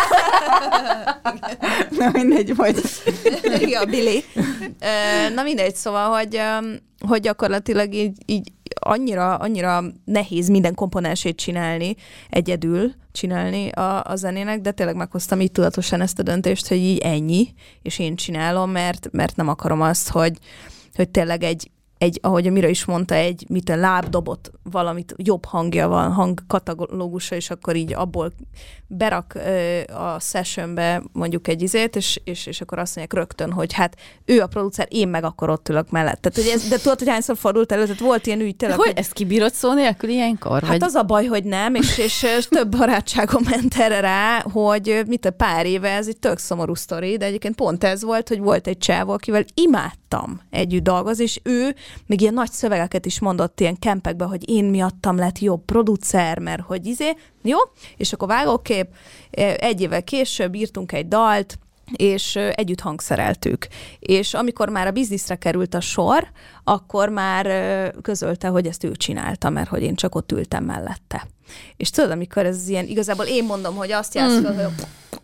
Na mindegy, hogy... Igen, a Billy. Na mindegy, szóval, hogy gyakorlatilag így annyira nehéz minden komponensét egyedül csinálni a zenének, de tényleg meghoztam így tudatosan ezt a döntést, hogy így ennyi, és én csinálom, mert nem akarom azt, hogy tényleg egy ahogy a Mira is mondta, a lábdobot, valamit jobb hangja van, hangkatalógusa, és akkor így abból berak a sessionbe mondjuk egy izét, és akkor azt mondják rögtön, hogy hát ő a producer, én meg akkor ott ülök mellett. Tehát, hogy de tudod, hogy hányszor fordult elő, tehát volt ilyen ügy tényleg. Hogy ezt kibírod szó nélkül ilyenkor? Hát vagy? Az a baj, hogy nem, és több barátságom ment erre rá, hogy pár éve ez egy tök szomorú sztori, de egyébként pont ez volt, hogy volt egy csávó, akivel imádtam együtt dolgozni, és ő még ilyen nagy szövegeket is mondott ilyen kempekben, hogy én miattam lett jobb producer, mert hogy jó, és akkor vágókép, egy évvel később írtunk egy dalt, és együtt hangszereltük. És amikor már a bizniszre került a sor, akkor már közölte, hogy ezt ő csinálta, mert hogy én csak ott ültem mellette. És tudod, amikor ez ilyen, igazából én mondom, hogy azt játsz fel, hogy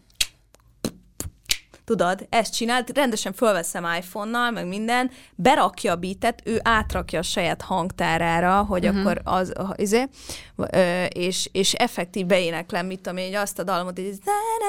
tudod, ezt csinált, rendesen fölveszem iPhone-nal, meg minden, berakja a beatet, ő átrakja a saját hangtárára, hogy akkor az, és effektív beéneklem, mit tudom én, azt a dalmot, hogy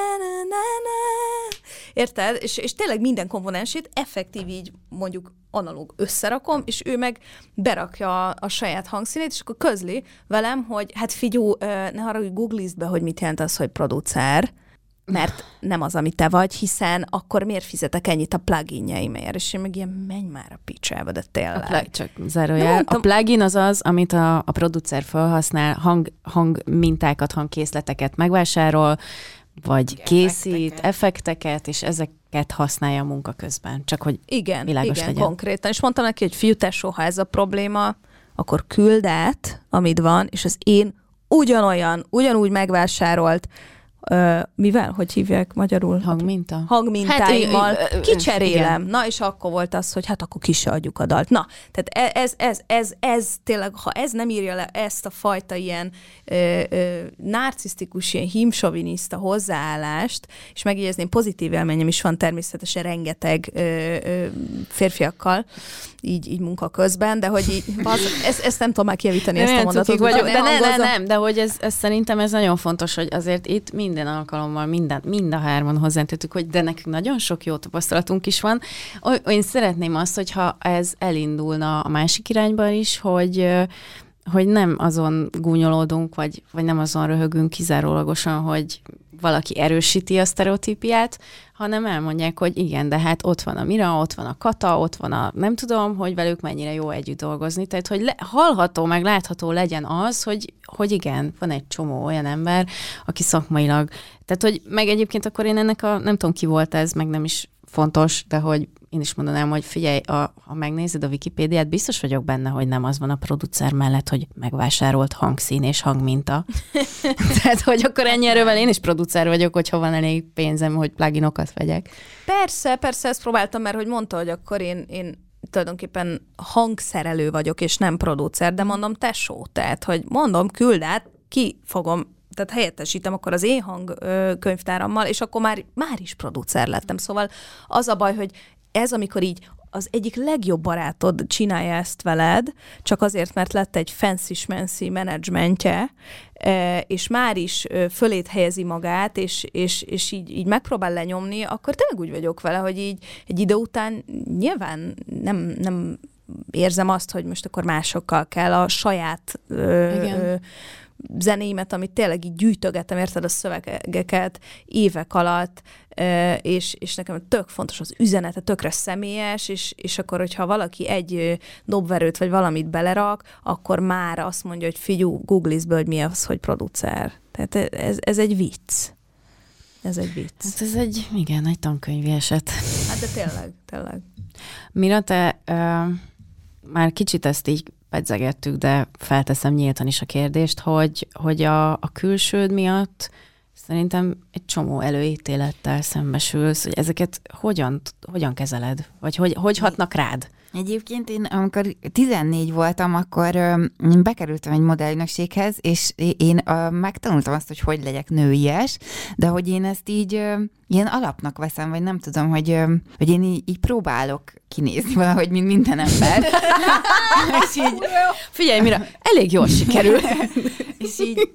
érted? És tényleg minden komponensét effektív így mondjuk analóg összerakom, és ő meg berakja a saját hangszínét, és akkor közli velem, hogy hát figyú, ne haragudj, googlizd be, hogy mit jelent az, hogy producer, mert nem az, ami te vagy, hiszen akkor miért fizetek ennyit a pluginjeimért? És én meg ilyen, menj már a picsába, de tényleg. Csak zárójel. A plugin az az, amit a producer felhasznál, hangmintákat, hangkészleteket megvásárol, vagy készít, effekteket, és ezeket használja a munka közben. Csak hogy világos legyen. Igen, konkrétan. És mondtam neki, hogy fiú, tesó, ha ez a probléma, akkor küld át, amit van, és az én ugyanúgy megvásárolt mivel? Hogy hívják magyarul? Hangminta? Hangmintáimmal kicserélem. Na, és akkor volt az, hogy hát akkor ki se adjuk a dalt. Na, tehát ez tényleg, ha ez nem írja le ezt a fajta ilyen narcisztikus, ilyen hímsoviniszta hozzáállást, és megjegyezném, pozitív élményem is van természetesen rengeteg férfiakkal, így munka közben, de hogy így, ezt nem tudom már kijavítani, ezt a mondatot. Nem, de hogy ez szerintem ez nagyon fontos, hogy azért itt minden alkalommal mind a hárman hozzátettük, hogy de nekünk nagyon sok jó tapasztalatunk is van. Én szeretném azt, hogyha ez elindulna a másik irányba is, hogy nem azon gúnyolódunk, vagy nem azon röhögünk kizárólagosan, hogy valaki erősíti a sztereotípiát, hanem elmondják, hogy igen, de hát ott van a Mira, ott van a Kata, ott van a nem tudom, hogy velük mennyire jó együtt dolgozni. Tehát, hogy hallható, meg látható legyen az, hogy igen, van egy csomó olyan ember, aki szakmailag. Tehát, hogy meg egyébként akkor én ennek nem tudom ki volt ez, meg nem is fontos, de hogy én is mondanám, hogy figyelj, ha megnézed a Wikipédiát, biztos vagyok benne, hogy nem az van a producer mellett, hogy megvásárolt hangszín és hangminta. Tehát, hogy akkor ennyi erővel én is producer vagyok, hogyha van elég pénzem, hogy pluginokat vegyek. Persze, ezt próbáltam, mert hogy mondta, hogy akkor én tulajdonképpen hangszerelő vagyok, és nem producer, de mondom, tesó, tehát, hogy mondom, küld át, ki fogom, tehát helyettesítem akkor az én hangkönyvtárammal, és akkor már is producer lettem. Szóval az a baj, hogy ez, amikor így az egyik legjobb barátod csinálja ezt veled, csak azért, mert lett egy fancy-schmancy menedzsmentje, és már is fölét helyezi magát, és így megpróbál lenyomni, akkor tényleg úgy vagyok vele, hogy így egy idő után nyilván nem érzem azt, hogy most akkor másokkal kell a saját zenéimet, amit tényleg így gyűjtögettem, érted, a szövegeket évek alatt, és nekem tök fontos az üzenete, tökre személyes, és akkor, hogyha valaki egy dobverőt vagy valamit belerak, akkor már azt mondja, hogy figyú, googlizd be, hogy mi az, hogy producer. Tehát ez egy vicc. Ez egy vicc. Hát ez egy tankönyvi eset. Hát de tényleg. Mira, te már kicsit ezt így pedzegettük, de felteszem nyíltan is a kérdést, hogy a külsőd miatt szerintem egy csomó előítélettel szembesülsz, hogy ezeket hogyan kezeled? Vagy hogy hatnak rád? Egyébként én, amikor 14 voltam, akkor bekerültem egy modellügynökséghez, és én megtanultam azt, hogy legyek nőies, de hogy én ezt így ilyen alapnak veszem, vagy nem tudom, hogy én így próbálok kinézni valahogy, mint minden ember. És így, figyelj, Mira, elég jól sikerül. És így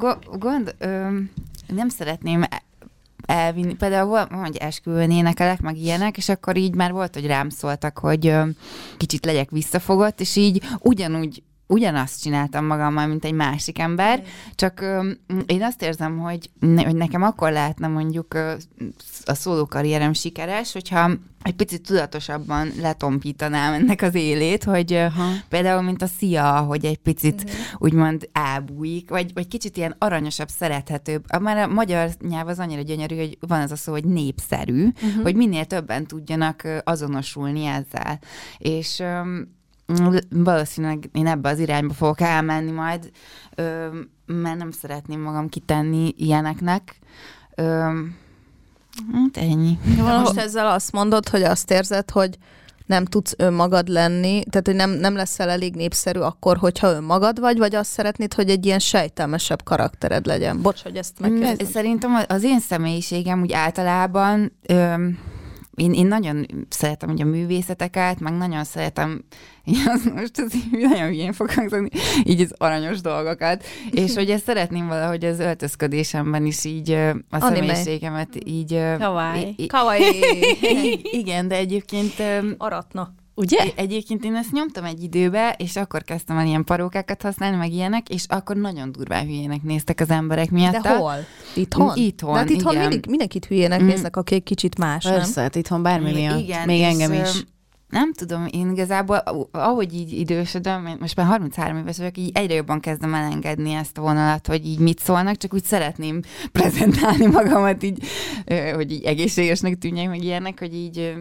nem szeretném elvinni. Például hogy esküvőn énekelek, meg ilyenek, és akkor így már volt, hogy rám szóltak, hogy kicsit legyek visszafogott, és így ugyanazt csináltam magammal, mint egy másik ember, csak én azt érzem, hogy nekem akkor lehetne mondjuk a szólókarrierem sikeres, hogyha egy picit tudatosabban letompítanám ennek az élét, hogy például, mint a Szia, hogy egy picit úgymond elbújik, vagy kicsit ilyen aranyosabb, szerethetőbb. Már a magyar nyelv az annyira gyönyörű, hogy van az a szó, hogy népszerű, hogy minél többen tudjanak azonosulni ezzel. És valószínűleg én ebbe az irányba fogok elmenni majd, mert nem szeretném magam kitenni ilyeneknek. Hát ennyi. De most ezzel azt mondod, hogy azt érzed, hogy nem tudsz önmagad lenni, tehát hogy nem leszel elég népszerű akkor, hogyha önmagad vagy azt szeretnéd, hogy egy ilyen sejtelmesebb karaktered legyen. Bocs, hogy ezt megkérdezem. Szerintem az én személyiségem úgy általában, én nagyon szeretem ugye a művészeteket, meg nagyon szeretem, most az nagyon hülyén fog hangzani, így az aranyos dolgokat, és hogy ezt szeretném valahogy az öltözködésemben is így a személyiségemet így... Kawaii. Igen, de egyébként... Aratna. Ugye? Egyébként én ezt nyomtam egy időbe, és akkor kezdtem el ilyen parókákat használni, meg ilyenek, és akkor nagyon durván hülyének néztek az emberek miatt. De hol? Itthon? Itthon, de hát itthon igen. mindenkit hülyének néznek, aki egy kicsit más, Persze, hát itthon bármi miatt. Igen, még engem is. Nem tudom, én igazából, ahogy így idősödöm, most már 33 éves vagyok, így egyre jobban kezdem elengedni ezt a vonalat, hogy így mit szólnak, csak úgy szeretném prezentálni magamat így, hogy így egészségesnek tűnjek, meg ilyenek, hogy így,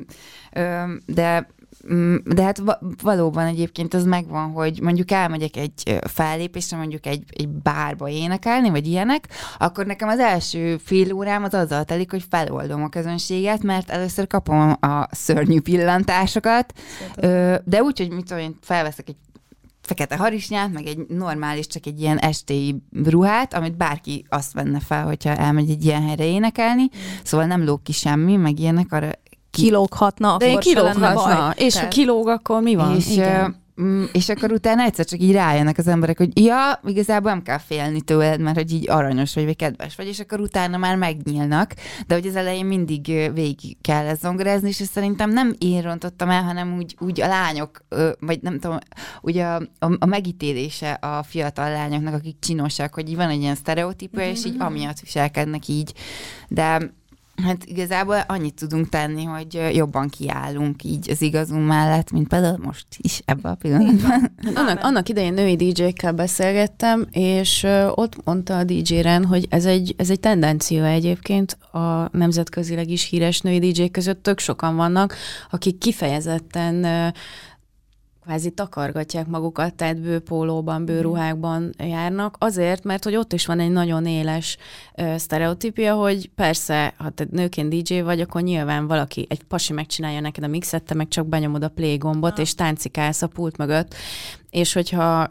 de hát valóban egyébként az megvan, hogy mondjuk elmegyek egy fellépésre, mondjuk egy bárba énekelni, vagy ilyenek, akkor nekem az első fél órám az azzal telik, hogy feloldom a közönséget, mert először kapom a szörnyű pillantásokat, de úgy, hogy mit tudom, én felveszek egy fekete harisnyát, meg egy normális, csak egy ilyen estéi ruhát, amit bárki azt venne fel, hogyha elmegy egy ilyen helyre énekelni, szóval nem lóg ki semmi, meg ilyenek, arra kilóghatna, akkor kilóghatna. És ha kilóg, akkor mi van? És akkor utána egyszer csak így rájönnek az emberek, hogy ja, igazából nem kell félni tőled, mert hogy így aranyos vagy kedves vagy, és akkor utána már megnyílnak, de hogy az elején mindig végig kell ezt zongorázni, és szerintem nem én rontottam el, hanem úgy a lányok, vagy nem tudom, ugye a megítélése a fiatal lányoknak, akik csinosak, hogy így van egy ilyen sztereotípia, és így amiatt viselkednek így, de hát igazából annyit tudunk tenni, hogy jobban kiállunk így az igazunk mellett, mint például most is ebben a pillanatban. Annak idején női DJ-kkel beszélgettem, és ott mondta a DJ-ren, hogy ez egy tendencia egyébként a nemzetközileg is híres női DJ-k között. Tök sokan vannak, akik kifejezetten kvázi takargatják magukat, tehát bőpólóban, bőruhákban járnak, azért, mert hogy ott is van egy nagyon éles sztereotípia, hogy persze, ha te nőként DJ vagy, akkor nyilván valaki, egy pasi megcsinálja neked a mixet, te meg csak benyomod a play gombot, és táncikálsz a pult mögött, és hogyha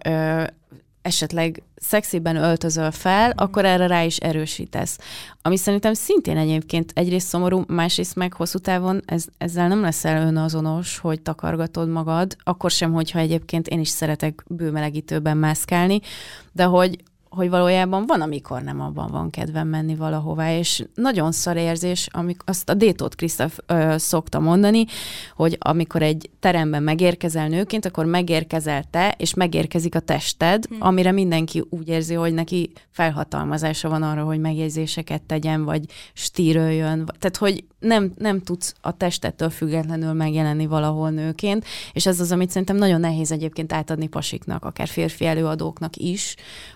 esetleg szexiben öltözöl fel, akkor erre rá is erősítesz. Ami szerintem szintén egyébként egyrészt szomorú, másrészt meg hosszú távon ezzel nem leszel önazonos, hogy takargatod magad, akkor sem, hogyha egyébként én is szeretek bőmelegítőben mászkálni, de hogy valójában van, amikor nem abban van kedvem menni valahová, és nagyon szar érzés, azt a Détót Krisztof szokta mondani, hogy amikor egy teremben megérkezel nőként, akkor megérkezel te, és megérkezik a tested, amire mindenki úgy érzi, hogy neki felhatalmazása van arra, hogy megjegyzéseket tegyen, vagy stíröljön. Tehát, hogy nem tudsz a testettől függetlenül megjelenni valahol nőként, és ez az, amit szerintem nagyon nehéz egyébként átadni pasiknak, akár férfi előadóknak is,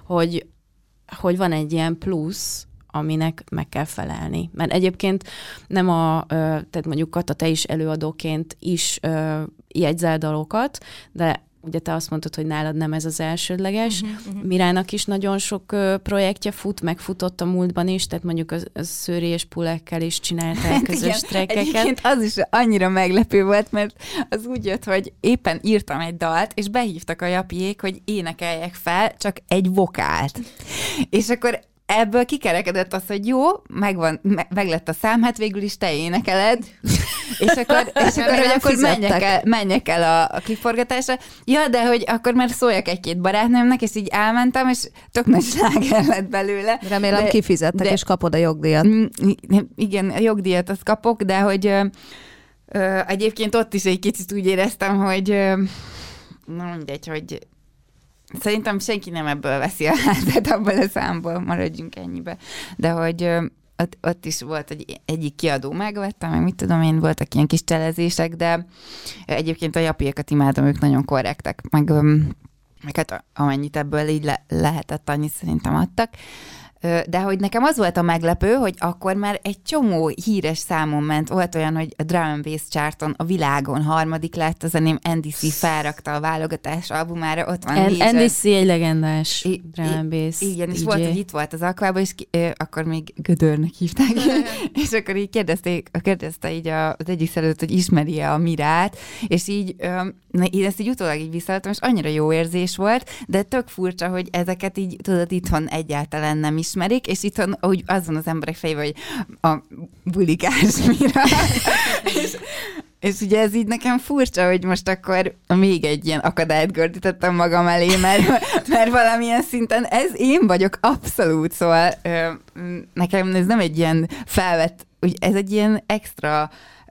hogy van egy ilyen plusz, aminek meg kell felelni. Mert egyébként nem tehát mondjuk Kata, te is előadóként is jegyzel dalokat, de ugye te azt mondtad, hogy nálad nem ez az elsődleges. Mirának is nagyon sok projektje megfutott a múltban is, tehát mondjuk a Szőri és Pulekkel is csinálták közös trekkeket. Egyébként az is annyira meglepő volt, mert az úgy jött, hogy éppen írtam egy dalt, és behívtak a Japiék, hogy énekeljek fel csak egy vokált. És akkor ebből kikerekedett az, hogy jó, meg lett a szám, hát végül is te énekeled, és akkor menjek el a kiforgatásra. Ja, de hogy akkor már szóljak egy-két barátnőmnek, és így elmentem, és tök nagy sláger lett belőle. Remélem kifizettek, és kapod a jogdíjat. Igen, a jogdíjat azt kapok, de hogy egyébként ott is egy kicsit úgy éreztem, hogy na mindegy, hogy szerintem senki nem ebből veszi a házat, abból a számból, maradjunk ennyibe. De hogy ott is volt, hogy egyik kiadó megvette, meg mit tudom én, voltak ilyen kis cselezések, de egyébként a Japiékat imádom, ők nagyon korrektek, meg hát amennyit ebből így lehetett, annyit szerintem adtak. De hogy nekem az volt a meglepő, hogy akkor már egy csomó híres számon ment. Volt olyan, hogy a Drum and Bass charton a világon 3. lett, a zeném NDC felrakta a válogatás albumára, ott van NDC egy legendás Drum and Bass. Igen, és volt, hogy itt volt az Aquában, és akkor még Gödörnek hívták, és akkor így kérdezte így az egyik szervezőt, hogy ismeri-e a Mirát, és így én ezt így utólag így visszaadtam, és annyira jó érzés volt, de tök furcsa, hogy ezeket így, tudod, itthon egyáltalán nem ismerik, és itthon úgy az van az emberek fejében, hogy a bulikás Mira. És ugye ez így nekem furcsa, hogy most akkor még egy ilyen akadályt gördítettem magam elé, mert valamilyen szinten ez én vagyok abszolút, szóval nekem ez nem egy ilyen felvett, ez egy ilyen extra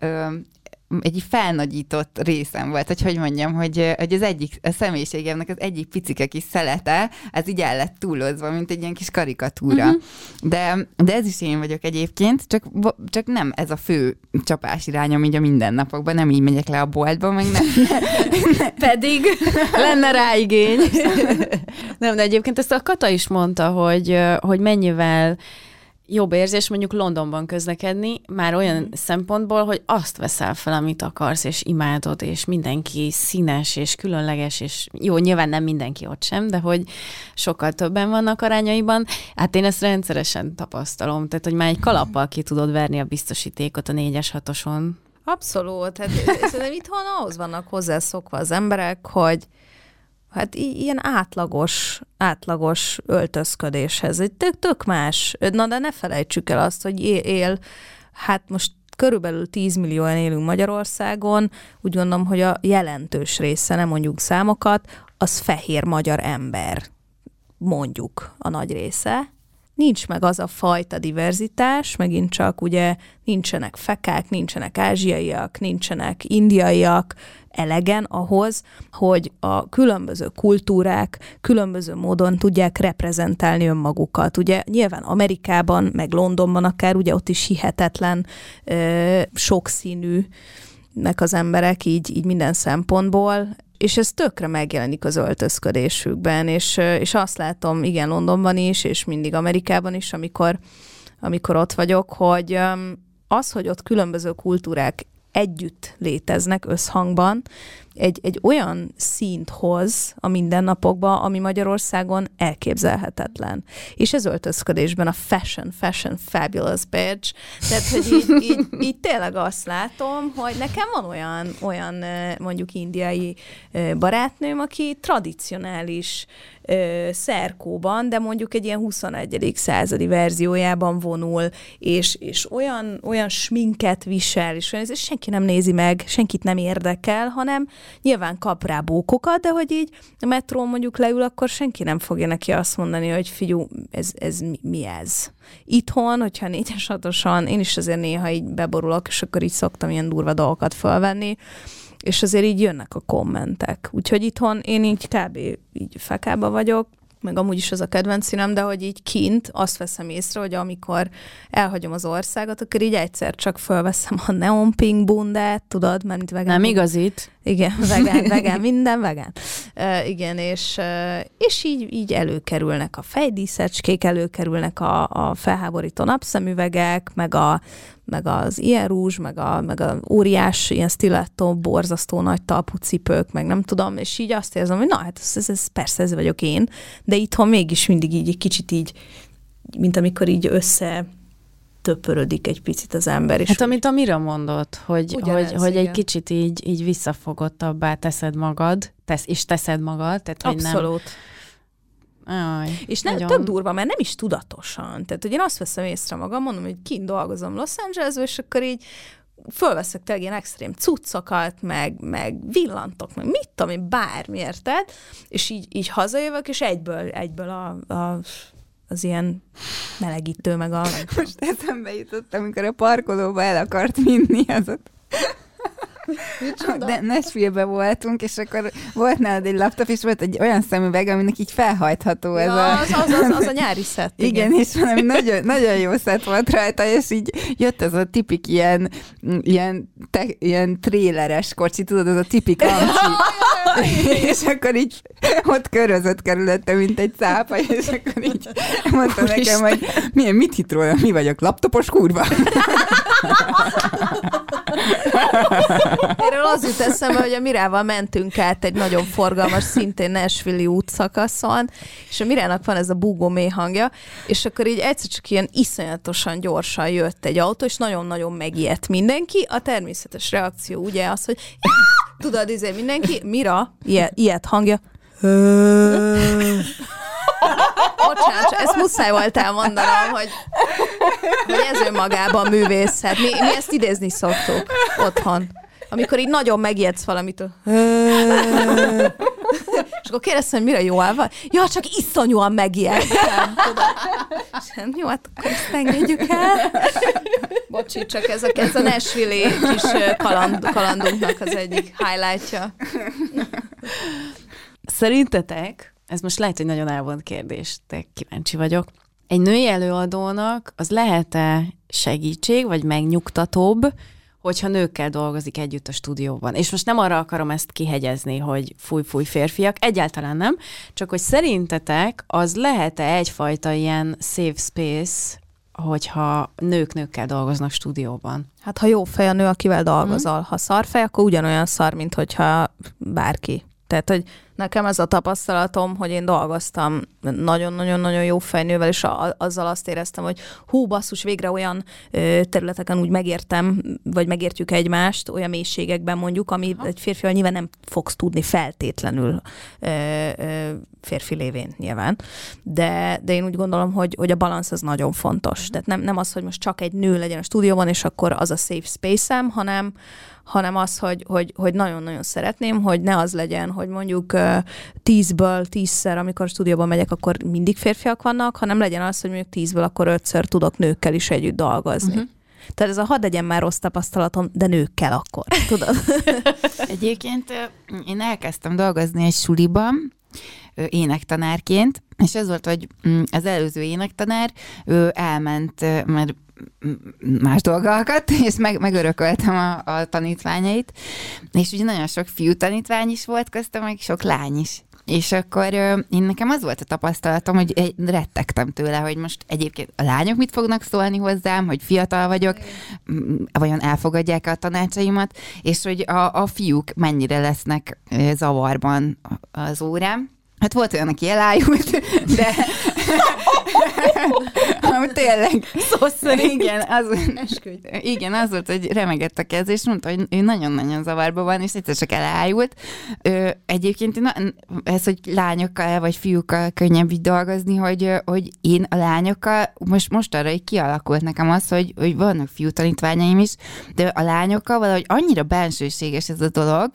egy felnagyított részem volt, hogy mondjam, hogy az egyik a személyiségemnek az egyik picike kis szelete, ez így el lett túlozva, mint egy ilyen kis karikatúra. Uh-huh. De ez is én vagyok egyébként, csak nem ez a fő csapás irányom így a mindennapokban, nem így megyek le a boltba, meg nem. Pedig lenne rá igény. Nem, de egyébként ezt a Kata is mondta, hogy mennyivel jobb érzés mondjuk Londonban közlekedni, már olyan szempontból, hogy azt veszel fel, amit akarsz, és imádod, és mindenki színes, és különleges, és jó, nyilván nem mindenki ott sem, de hogy sokkal többen vannak arányaiban. Hát én ezt rendszeresen tapasztalom, tehát, hogy már egy kalappal ki tudod verni a biztosítékot a 4-es 6-oson. Abszolút. Hát szerintem itthon ahhoz vannak hozzászokva az emberek, hogy hát ilyen átlagos öltözködéshez. Egy tök más. Na, de ne felejtsük el azt, hogy hát most körülbelül 10 millióan élünk Magyarországon, úgy gondolom, hogy a jelentős része, nem mondjuk számokat, az fehér magyar ember, mondjuk a nagy része. Nincs meg az a fajta diverzitás, megint csak ugye nincsenek fekák, nincsenek ázsiaiak, nincsenek indiaiak elegen ahhoz, hogy a különböző kultúrák különböző módon tudják reprezentálni önmagukat. Ugye nyilván Amerikában, meg Londonban akár, ugye ott is hihetetlen sokszínűnek az emberek így minden szempontból, és ez tökre megjelenik az öltözködésükben, és azt látom, igen, Londonban is, és mindig Amerikában is, amikor ott vagyok, hogy az, hogy ott különböző kultúrák együtt léteznek összhangban, egy olyan szint hoz a mindennapokba, ami Magyarországon elképzelhetetlen. És ez öltözködésben a fashion, fabulous badge. Tehát, hogy így tényleg azt látom, hogy nekem van olyan mondjuk indiai barátnőm, aki tradicionális szerkóban, de mondjuk egy ilyen 21. századi verziójában vonul, és olyan sminket visel, és senki nem nézi meg, senkit nem érdekel, hanem nyilván kap rá bókokat, de hogy így a metrón mondjuk leül, akkor senki nem fogja neki azt mondani, hogy figyú, ez mi ez? Itthon, hogyha 4-es 6-osan, én is azért néha így beborulok, és akkor így szoktam ilyen durva dolgokat felvenni, és azért így jönnek a kommentek. Úgyhogy itthon én így kb. Így fekába vagyok, meg amúgy is az a kedvenc színem, de hogy így kint azt veszem észre, hogy amikor elhagyom az országot, akkor így egyszer csak fölveszem a neon pink bundát, tudod, mert mint vegán. Nem igazit. Igen, vegán, minden vegán. Igen, és így előkerülnek a fejdíszecskék, előkerülnek a felháborító napszemüvegek, meg az ilyen rúzs, meg a óriás ilyen stiletto, borzasztó nagy talpú cipők, meg nem tudom, és így azt érzem, hogy na, hát ez persze, ez vagyok én, de itthon mégis mindig így egy kicsit így, mint amikor így töpörödik egy picit az ember. Hát amit a Mira mondott, hogy egy kicsit így visszafogottabbá teszed magad, teszed magad. Tehát, abszolút. Aj, és nem tök durva, mert nem is tudatosan. Tehát, hogy én azt veszem észre magam, mondom, hogy kint dolgozom Los Angelesben, és akkor így fölveszek tényleg ilyen extrém cuccokat, meg villantok, meg mit tudom én, bármi, érted? És így hazajövök, és egyből az ilyen melegítő, meg a... Most eszembe jutott, amikor a parkolóba el akart vinni az ott. De Nashville-ben voltunk, és akkor volt nálad egy laptop, és volt egy olyan szemüveg, aminek így felhajtható. Ja, az a nyári szett. Igen, és valami nagyon, nagyon jó szett volt rajta, és így jött ez a tipik ilyen tréleres kocsi, tudod, az a tipik amcsi. és akkor így ott körözött körülötte, mint egy cápa, és akkor így mondta nekem, hogy mit hitt róla, mi vagyok, laptopos kurva? Erről az jut eszembe, hogy a Mirával mentünk át egy nagyon forgalmas, szintén Nashville-i útszakaszon, és a Mirának van ez a búgó mély hangja, és akkor így egyszer csak ilyen iszonyatosan gyorsan jött egy autó, és nagyon-nagyon megijedt mindenki. A természetes reakció ugye az, hogy tudod, mindenki, Mira, ilyet hangja. Bocsánat, ezt muszáj volt elmondanom, hogy ez önmagában művészet. Mi ezt idézni szoktuk otthon. Amikor így nagyon megijedsz valamitől. És akkor kérdeztem, hogy mire jó van? Ja, csak iszonyúan megijedtem. Jó, hát akkor ezt engedjük el. Bocsi, csak ez a Nashville-i kis kalandunknak az egyik highlightja. Szerintetek, ez most lehet, hogy nagyon elvont kérdés, de kíváncsi vagyok. Egy női előadónak az lehet-e segítség, vagy megnyugtatóbb, hogyha nőkkel dolgozik együtt a stúdióban? És most nem arra akarom ezt kihegyezni, hogy fúj férfiak, egyáltalán nem, csak hogy szerintetek az lehet-e egyfajta ilyen safe space, hogyha nőkkel dolgoznak stúdióban? Hát ha jó fej a nő, akivel dolgozol. Ha szarfej, akkor ugyanolyan szar, mint hogyha bárki. Tehát, hogy nekem ez a tapasztalatom, hogy én dolgoztam nagyon-nagyon-nagyon jó fejnővel, és azzal azt éreztem, hogy hú, basszus, végre olyan területeken úgy megértem, vagy megértjük egymást, olyan mélységekben mondjuk, ami egy férfival nyilván nem fogsz tudni feltétlenül férfi lévén nyilván. De én úgy gondolom, hogy a balansz az nagyon fontos. Tehát nem az, hogy most csak egy nő legyen a stúdióban, és akkor az a safe space-em, hanem az, hogy nagyon-nagyon szeretném, hogy ne az legyen, hogy mondjuk 10-ből 10-szer, amikor a stúdióban megyek, akkor mindig férfiak vannak, hanem legyen az, hogy mondjuk 10-ből akkor 5-ször tudok nőkkel is együtt dolgozni. Tehát ez a hadd legyen már rossz tapasztalatom, de nőkkel akkor, tudod? Egyébként én elkezdtem dolgozni egy suliban, énektanárként, és ez volt, hogy az előző énektanár, ő elment, mert más dolga akadt, és megörököltem a tanítványait, és ugye nagyon sok fiú tanítvány is volt köztem, meg sok lány is. És akkor én nekem az volt a tapasztalatom, hogy rettegtem tőle, hogy most egyébként a lányok mit fognak szólni hozzám, hogy fiatal vagyok, vajon elfogadják a tanácsaimat, és hogy a fiúk mennyire lesznek zavarban az órám. Hát volt olyan, aki elájult, de tényleg. Igen, az volt, hogy remegett a kez, és mondta, hogy ő nagyon-nagyon zavarban van, és egyszer csak elájult. Egyébként ez, hogy lányokkal vagy fiúkkal könnyebb így dolgozni, hogy én a lányokkal, most arra így kialakult nekem az, hogy vannak fiú tanítványaim is, de a lányokkal valahogy annyira bensőséges ez a dolog,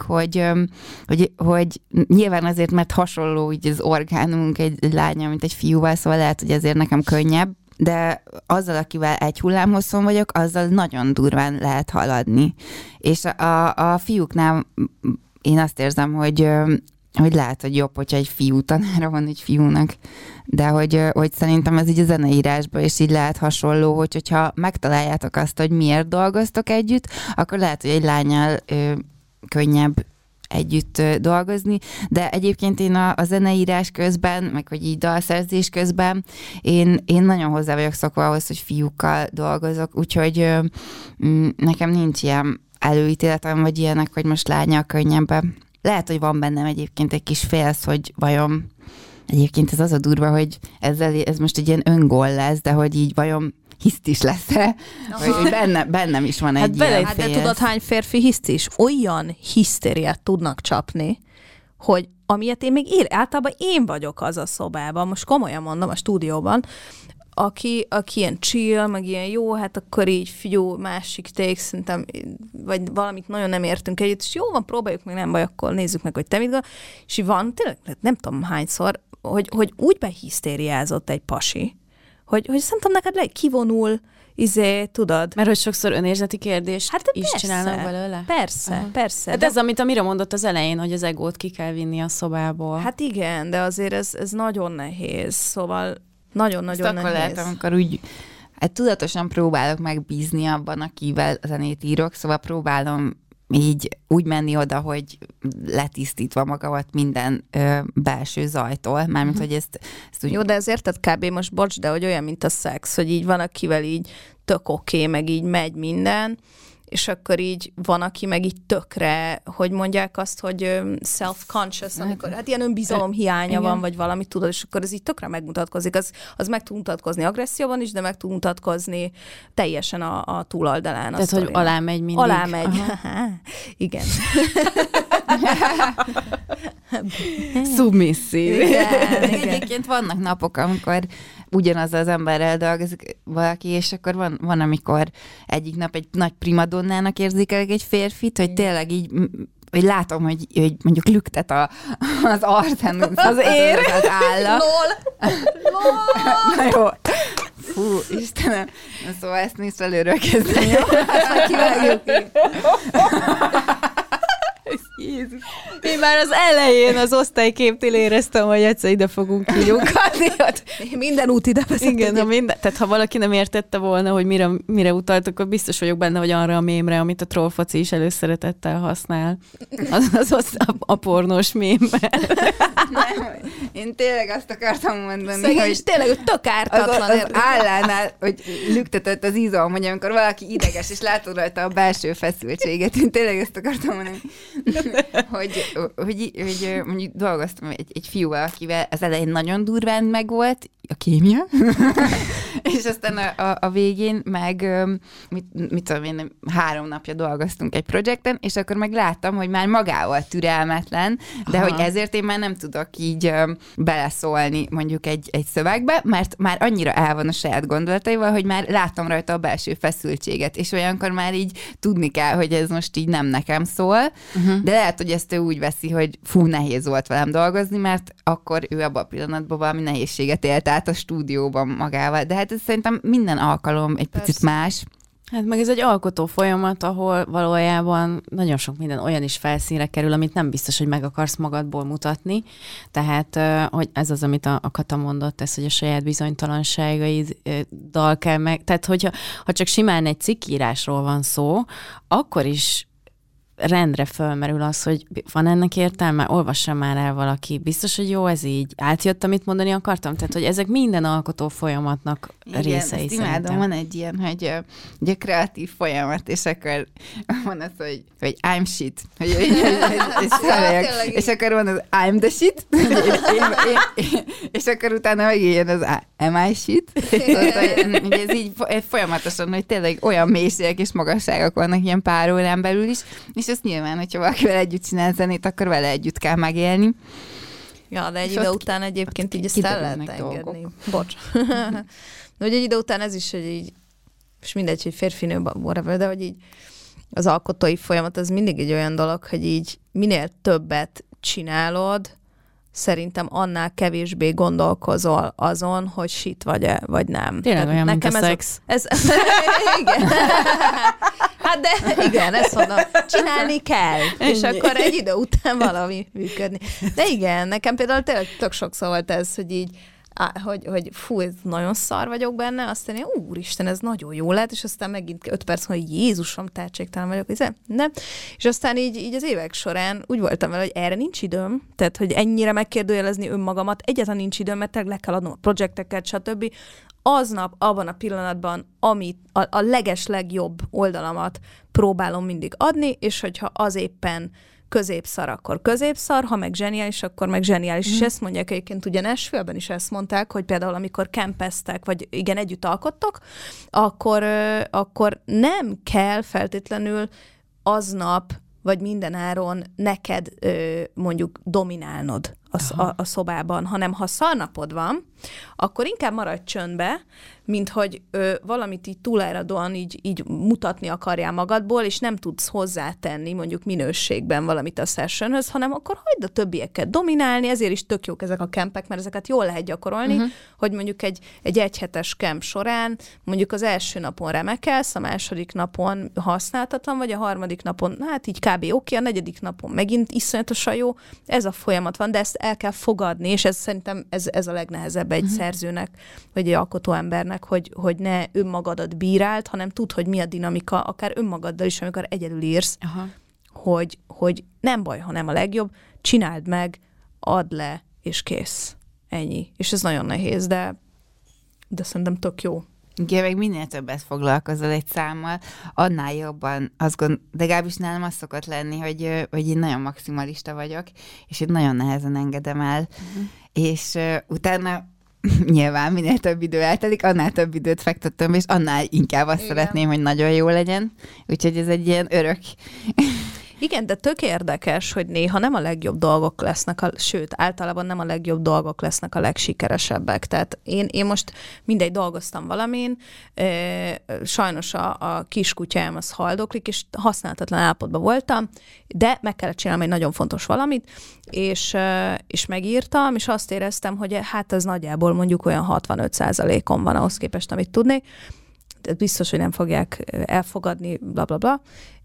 hogy nyilván azért, mert hasonló így az orgánumunk egy lánya, mint egy fiúval, szóval lehet, hogy ezért nekem könnyebb, de azzal, akivel egy hullámhosszon vagyok, azzal nagyon durván lehet haladni. És a fiúknál én azt érzem, hogy lehet, hogy jobb, hogyha egy fiú tanára van egy fiúnak, de hogy szerintem ez így a zeneírásban is így lehet hasonló, hogyha megtaláljátok azt, hogy miért dolgoztok együtt, akkor lehet, hogy egy lánnyal könnyebb együtt dolgozni, de egyébként én a zeneírás közben, meg hogy így dalszerzés közben, én nagyon hozzá vagyok szokva ahhoz, hogy fiúkkal dolgozok, úgyhogy nekem nincs ilyen előítéletem, vagy ilyenek, hogy most lányal könnyebben. Lehet, hogy van bennem egyébként egy kis félsz, hogy vajon egyébként ez az a durva, hogy ez most egy ilyen öngól lesz, de hogy így vajon hiszt is lesz-e, hogy bennem is van egy ilyen félsz. De tudod, hány férfi hiszt is? Olyan hisztériát tudnak csapni, hogy amilyet én még általában én vagyok az a szobában, most komolyan mondom, a stúdióban, aki ilyen chill, meg ilyen jó, hát akkor így figyó, másik take, szerintem, vagy valamit nagyon nem értünk együtt, és jó van, próbáljuk meg, nem baj, akkor nézzük meg, hogy te mit gondol. És van, tényleg nem tudom hányszor, hogy úgy behisztériázott egy pasi, hogy szerintem neked kivonul, tudod. Mert hogy sokszor önérzeti kérdést is csinálnak belőle? Persze. Hát ez, amit Amira mondott az elején, hogy az egót ki kell vinni a szobából. Hát igen, de azért ez nagyon nehéz, szóval nagyon-nagyon nehéz. Akkor lehet, amikor úgy tudatosan próbálok megbízni abban, akivel zenét írok, szóval próbálom így úgy menni oda, hogy letisztítva magamat minden belső zajtól, mármint, hogy ezt úgy... Jó, de ez érted kb. Most bocs, de hogy olyan, mint a szex, hogy így van, akivel így tök oké, meg így megy minden, és akkor így van, aki meg így tökre, hogy mondják azt, hogy self-conscious, amikor hát ilyen önbizalom hiánya van, vagy valami, tudod, és akkor ez így tökre megmutatkozik. Az meg tud mutatkozni agresszióban is, de meg tud mutatkozni teljesen a túloldalán. Tehát, hogy alámegy mindig. Alámegy. Igen. Submisszív. Igen. Egyébként vannak napok, amikor ugyanaz az emberrel dolgozik valaki, és akkor van amikor egyik nap egy nagy primadonnának érzékelek egy férfit, hogy tényleg így, hogy látom, hogy mondjuk lüktet az arcán, az ér, az álla. Lol! Na jó. Fú, Istenem. Szóval ezt nézd előről kezdeni. Jó? Ezt kivágjuk. Jézus. Én már az elején az osztályképtől éreztem, hogy egyszer ide fogunk kilyukadni. Minden út ide vezet. Igen, tehát ha valaki nem értette volna, hogy mire utaltok, akkor biztos vagyok benne, hogy arra a mémre, amit a trollfoci is előszeretettel használ. Az a pornós mémmel. Én tényleg azt akartam mondani, Szegény, hogy... és tényleg, hogy tök ártatlan. Az állánál, hogy lüktetett az izom, hogy amikor valaki ideges, és látod rajta a belső feszültséget. Én tényleg ezt akartam mondani, hogy mondjuk dolgoztam egy fiúval, akivel az elején nagyon durván megvolt a kémia, és aztán a végén meg, mit tudom én, 3 napja dolgoztunk egy projekten, és akkor meg láttam, hogy már magával türelmetlen, de hogy ezért én már nem tudok így beleszólni mondjuk egy szövegbe, mert már annyira el van a saját gondolataival, hogy már láttam rajta a belső feszültséget, és olyankor már így tudni kell, hogy ez most így nem nekem szól, de lehet, hogy ezt ő úgy veszi, hogy fú, nehéz volt velem dolgozni, mert akkor ő abban a pillanatban valami nehézséget élt át a stúdióban magával. De hát ez szerintem minden alkalom egy picit más. Hát meg ez egy alkotó folyamat, ahol valójában nagyon sok minden olyan is felszínre kerül, amit nem biztos, hogy meg akarsz magadból mutatni. Tehát, hogy ez az, amit a Kata mondott, ez, hogy a saját bizonytalanságaiddal kell meg... Tehát, hogyha csak simán egy cikkírásról van szó, akkor is rendre fölmerül az, hogy van ennek értelme, olvassa már el valaki. Biztos, hogy jó ez így? Átjött, amit mondani akartam? Tehát, hogy ezek minden alkotó folyamatnak részei. Igen, imádom, van egy ilyen, hogy egy kreatív folyamat, és akkor van az, hogy I'm shit. És akkor van az I'm the shit, és akkor utána megijön az am I shit. Szóval, ez így folyamatosan, hogy tényleg olyan mélységek és magasságok vannak ilyen pár órán belül is, és azt nyilván, hogyha valakivel együtt csinál zenét, akkor vele együtt kell megélni. Ja, de egy idő után egyébként így ezt el lehet engedni. Bocs. De hogy egy idő után ez is, hogy így, és mindegy, hogy férfinő, whatever, de hogy így az alkotói folyamat az mindig egy olyan dolog, hogy így minél többet csinálod, szerintem annál kevésbé gondolkozol azon, hogy shit vagy-e, vagy nem. Tényleg olyan, mint a szex. Igen. Hát de igen, ezt mondom, csinálni kell, és akkor egy idő után valami működni. De igen, nekem például tényleg tök sokszor volt ez, hogy így, hogy fú, ez nagyon szar vagyok benne, aztán én, úristen, ez nagyon jó lett, és aztán megint 5 perc, hogy Jézusom, tehetségtelen vagyok, nem? És aztán így az évek során úgy voltam vele, hogy erre nincs időm, tehát, hogy ennyire megkérdőjelezni önmagamat, egyáltalán nincs időm, mert le kell adnom a projekteket, stb. Aznap, abban a pillanatban, amit a legeslegjobb oldalamat próbálom mindig adni, és hogyha az éppen középszar, akkor középszar, ha meg zseniális, akkor meg zseniális. És ezt mondják egyébként, ugye Nashville-ben is ezt mondták, hogy például amikor campeztek, vagy igen, együtt alkottok, akkor nem kell feltétlenül aznap, vagy mindenáron neked mondjuk dominálnod a szobában, hanem ha szarnapod van, akkor inkább maradj csöndbe, mint hogy valamit így túláradóan így mutatni akarjál magadból, és nem tudsz hozzátenni mondjuk minőségben valamit a sessionhöz, hanem akkor hagyd a többieket dominálni, ezért is tök jók ezek a campek, mert ezeket jól lehet gyakorolni, hogy mondjuk egy egyhetes camp során mondjuk az első napon remekelsz, a második napon használtatlan, vagy a harmadik napon, hát így kb. Oké, a negyedik napon megint iszonyatosan jó, ez a folyamat van, de ezt el kell fogadni, és ez szerintem ez a legnehezebb egy szerzőnek, vagy egy alkotó embernek, hogy ne önmagadat bíráld, hanem tudd, hogy mi a dinamika, akár önmagaddal is, amikor egyedül írsz, hogy nem baj, ha nem a legjobb, csináld meg, add le, és kész. Ennyi. És ez nagyon nehéz, de szerintem tök jó. Igen, meg minél többet foglalkozol egy számmal, annál jobban de legalábbis nálam az szokott lenni, hogy én nagyon maximalista vagyok, és itt nagyon nehezen engedem el, és utána nyilván minél több idő eltelik, annál több időt fektettem, és annál inkább azt szeretném, hogy nagyon jó legyen. Úgyhogy ez egy ilyen örök... Igen, de tök érdekes, hogy néha nem a legjobb dolgok lesznek, sőt, általában nem a legjobb dolgok lesznek a legsikeresebbek. Tehát én most mindegy dolgoztam valamin, sajnos a kiskutyám az haldoklik, és használhatatlan állapotban voltam, de meg kellett csinálni egy nagyon fontos valamit, és megírtam, és azt éreztem, hogy hát ez nagyjából mondjuk olyan 65%-on van ahhoz képest, amit tudnék. Tehát biztos, hogy nem fogják elfogadni, blablabla.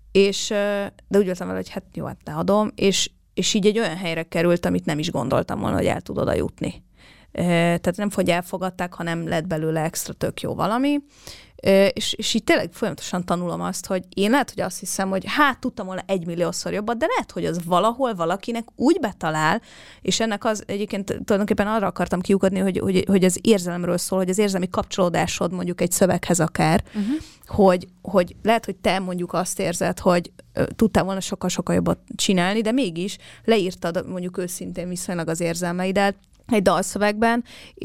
De úgy voltam vele, hogy hát jó, hát ne adom, és így egy olyan helyre került, amit nem is gondoltam volna, hogy el tud oda jutni. Tehát nem hogy elfogadták, hanem lett belőle extra tök jó valami, és így tényleg folyamatosan tanulom azt, hogy én lehet, hogy azt hiszem, hogy hát tudtam volna 1 milliószor jobbat, de lehet, hogy az valahol valakinek úgy betalál, és ennek az egyébként tulajdonképpen arra akartam kiukadni, hogy az érzelemről szól, hogy az érzelmi kapcsolódásod mondjuk egy szöveghez akár, hogy lehet, hogy te mondjuk azt érzed, hogy tudtál volna sokkal-sokkal jobbat csinálni, de mégis leírtad mondjuk őszintén viszonylag az érzelmeidet egy dalszövegben,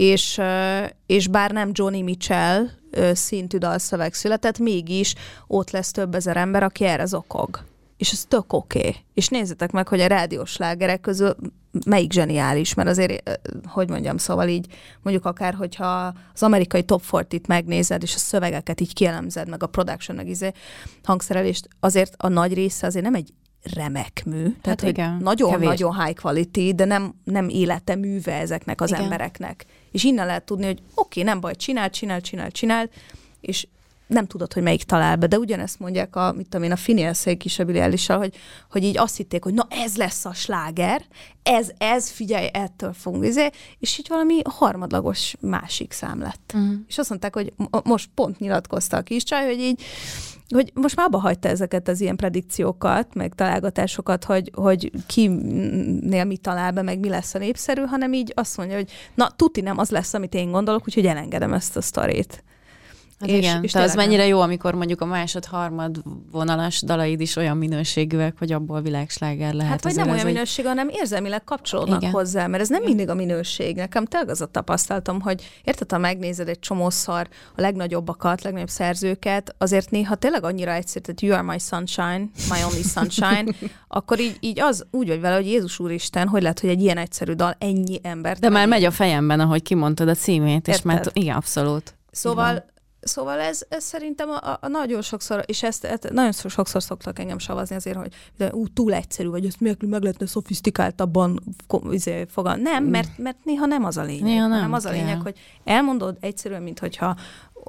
és bár nem Joni Mitchell szintű dalszöveg született, mégis ott lesz több ezer ember, aki erre zokog. És ez tök oké. És nézzetek meg, hogy a rádiós slágerek közül melyik zseniális, mert azért, hogy mondjam, szóval így mondjuk akár, hogyha az amerikai Top 40-t megnézed, és a szövegeket így kielemzed, meg a production, meg hangszerelést, azért a nagy része azért nem egy remek mű. Tehát, hogy nagyon-nagyon high quality, de nem élete műve ezeknek az embereknek. És innen lehet tudni, hogy oké, nem baj, csinál, és nem tudod, hogy melyik talál be, de ugyanezt mondják a Phineas-ék is, a Billie Eilish-sal, hogy így azt hitték, hogy na ez lesz a sláger, ez figyelj, ettől fogunk, és így valami harmadlagos másik szám lett. És azt mondták, hogy most pont nyilatkozta a kis csaj, hogy most már abba hagyta ezeket az ilyen predikciókat, meg találgatásokat, hogy kinél mi talál be, meg mi lesz a népszerű, hanem így azt mondja, hogy na, tuti nem az lesz, amit én gondolok, úgyhogy elengedem ezt a sztorit. Hát igen, és az mennyire jó, amikor mondjuk a másod-harmad vonalas dalaid is olyan minőségűek, hogy abból világsláger lehet. Hát vagy nem olyan minőség, hanem érzelmileg kapcsolódnak hozzá, mert ez nem mindig a minőség. Nekem tényleg az a tapasztalatom, hogy érted, ha megnézed egy csomószor a legnagyobb szerzőket, azért néha tényleg annyira egyszerű, hogy you are my sunshine, my only sunshine, akkor így az úgy vagy vele, hogy Jézus Úristen, hogy lehet, hogy egy ilyen egyszerű dal ennyi embert. De már megy a fejemben, ahogy kimondtad a címét, és már igen, abszolút. Szóval ez szerintem a nagyon sokszor, és ezt nagyon sokszor szoktak engem savazni azért, hogy túl egyszerű, vagy ezt meg lehetne szofisztikáltabban fogalmazni. Nem, mert néha nem az a lényeg. Hanem az a lényeg, hogy elmondod egyszerűen, mint hogyha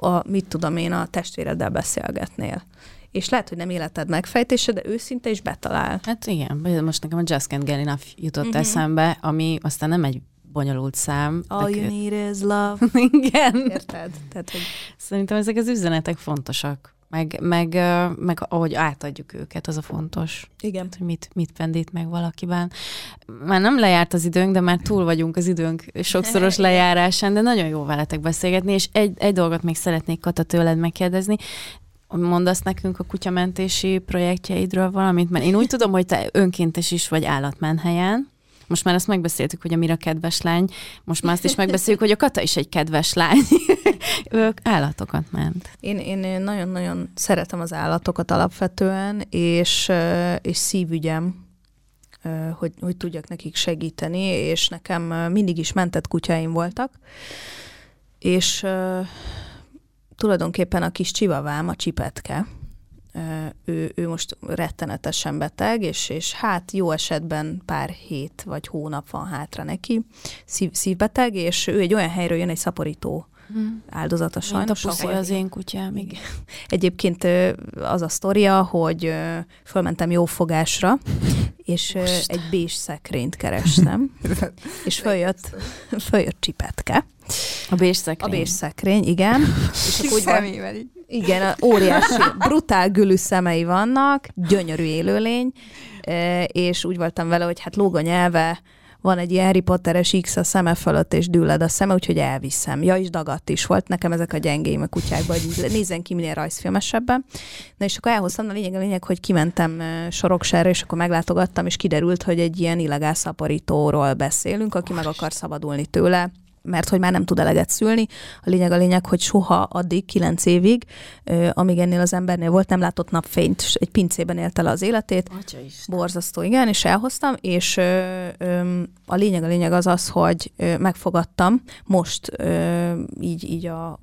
a testvéreddel beszélgetnél. És lehet, hogy nem életed megfejtése, de őszinte is betalál. Hát igen, most nekem a Just Can't Get Enough jutott eszembe, ami aztán nem egy bonyolult szám. All you need is love. Igen. Érted? Tehát, hogy... Szerintem ezek az üzenetek fontosak. Meg ahogy átadjuk őket, az a fontos. Igen. Hogy mit pendít meg valakiben. Már nem lejárt az időnk, de már túl vagyunk az időnk sokszoros lejárásán, de nagyon jó veletek beszélgetni, és egy dolgot még szeretnék, Kata, tőled megkérdezni. Mondasz nekünk a kutyamentési projektjeidről valamit? Mert én úgy tudom, hogy te önkéntes is vagy állatmenhelyen. Most már azt megbeszéltük, hogy a Mira kedves lány, most már azt is megbeszéljük, hogy a Kata is egy kedves lány. Ők állatokat ment. Én nagyon-nagyon szeretem az állatokat alapvetően, és szívügyem, hogy tudjak nekik segíteni, és nekem mindig is mentett kutyáim voltak, és tulajdonképpen a kis csivavám, a Csipetke, ő most rettenetesen beteg, és hát jó esetben pár hét vagy hónap van hátra neki, szívbeteg, és ő egy olyan helyről jön, egy szaporító áldozata sajnos. Mint a puszi az én kutyám. Igen. Egyébként az a sztoria, hogy fölmentem Jófogásra, és egy bés szekrényt kerestem, és följött Csipetke. A bézszekrény. A bézszekrény, igen. És akkor úgy van, igen, óriási, brutál gülű szemei vannak, gyönyörű élőlény, és úgy voltam vele, hogy hát lóg a nyelve, van egy ilyen Harry Potteres X a szeme fölött, és dülled a szeme, úgyhogy elviszem. Ja, és dagadt is volt. Nekem ezek a gyengéim a kutyákban, hogy nézzen ki minél rajzfilmesebben. Na és akkor elhoztam, a lényeg, hogy kimentem Soroksára, és akkor meglátogattam, és kiderült, hogy egy ilyen illegál szaporítóról beszélünk, aki meg akar szabadulni tőle, mert hogy már nem tud eleget szülni. A lényeg, hogy soha addig, 9 évig, amíg ennél az embernél volt, nem látott napfényt, egy pincében élte le az életét. Borzasztó, igen, és elhoztam, és a lényeg az, hogy megfogadtam most így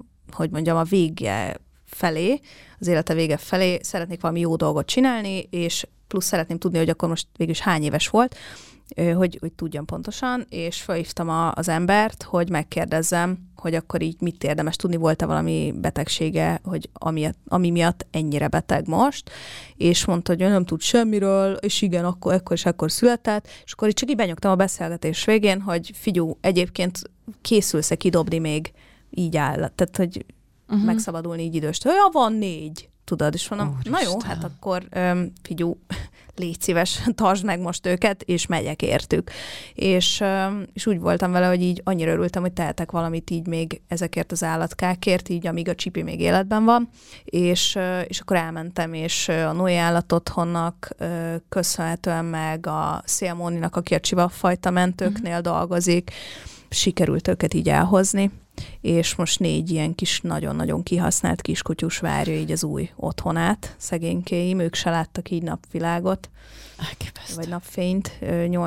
a vége felé, az élete vége felé szeretnék valami jó dolgot csinálni, és plusz szeretném tudni, hogy akkor most végülis hány éves volt, hogy tudjam pontosan, és felhívtam az embert, hogy megkérdezzem, hogy akkor így mit érdemes tudni, volt-e valami betegsége, hogy ami miatt ennyire beteg most, és mondta, hogy ő nem tud semmiről, és igen, akkor született, és akkor így csak így benyugtam a beszélgetés végén, hogy figyú, egyébként készülsz-e kidobni még így áll, tehát hogy megszabadulni így időst. Ja, van 4. Tudod, és mondom, na jó, hát akkor figyú, légy szíves, tartsd meg most őket, és megyek értük. És úgy voltam vele, hogy így annyira örültem, hogy tehetek valamit így még ezekért az állatkákért, így amíg a Csipi még életben van, és akkor elmentem, és a Noé állatotthonnak köszönhetően meg a Szélmóninak, aki a csivafajta mentőknél dolgozik, sikerült őket így elhozni, és most 4 ilyen kis, nagyon-nagyon kihasznált kiskutyus várja így az új otthonát, szegénykéim, ők se láttak így napvilágot, vagy napfényt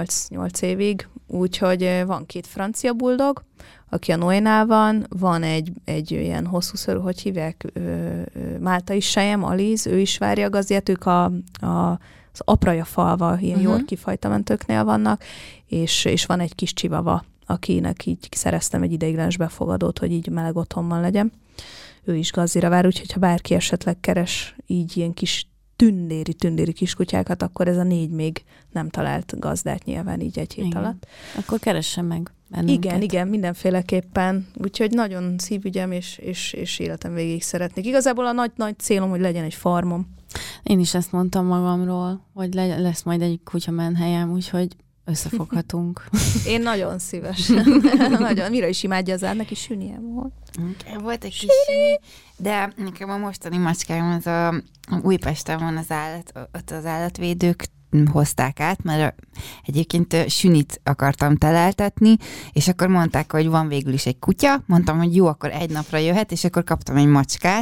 8 évig, úgyhogy van 2 francia buldog, aki a Noénál van egy ilyen hosszúszörű, hogy hívják, máltai sejem, Aliz, ő is várja a gazdját, ők az apraja falva, ilyen Yorkie fajta mentőknél vannak, és van egy kis csivava, akinek így szereztem egy ideiglenes befogadót, hogy így meleg otthonban legyen. Ő is gazdira vár, úgyhogy ha bárki esetleg keres így ilyen kis tündéri kiskutyákat, akkor ez a 4 még nem talált gazdát nyilván így egy hét alatt. Akkor keressen meg bennünket. Igen, mindenféleképpen. Úgyhogy nagyon szívügyem, és életem végig szeretnék. Igazából a nagy célom, hogy legyen egy farmom. Én is ezt mondtam magamról, hogy lesz majd egy kutyamenhelyem, úgyhogy összefoghatunk. Én nagyon szíves. Nagyon. Mire is imádja az neki sűnie volt. Volt egy kis süni, de nekem a mostani macskám az a Újpesten van ott az állatvédők hozták át, mert egyébként sünit akartam teleltetni, és akkor mondták, hogy van végül is egy kutya, mondtam, hogy jó, akkor egy napra jöhet, és akkor kaptam egy macskát,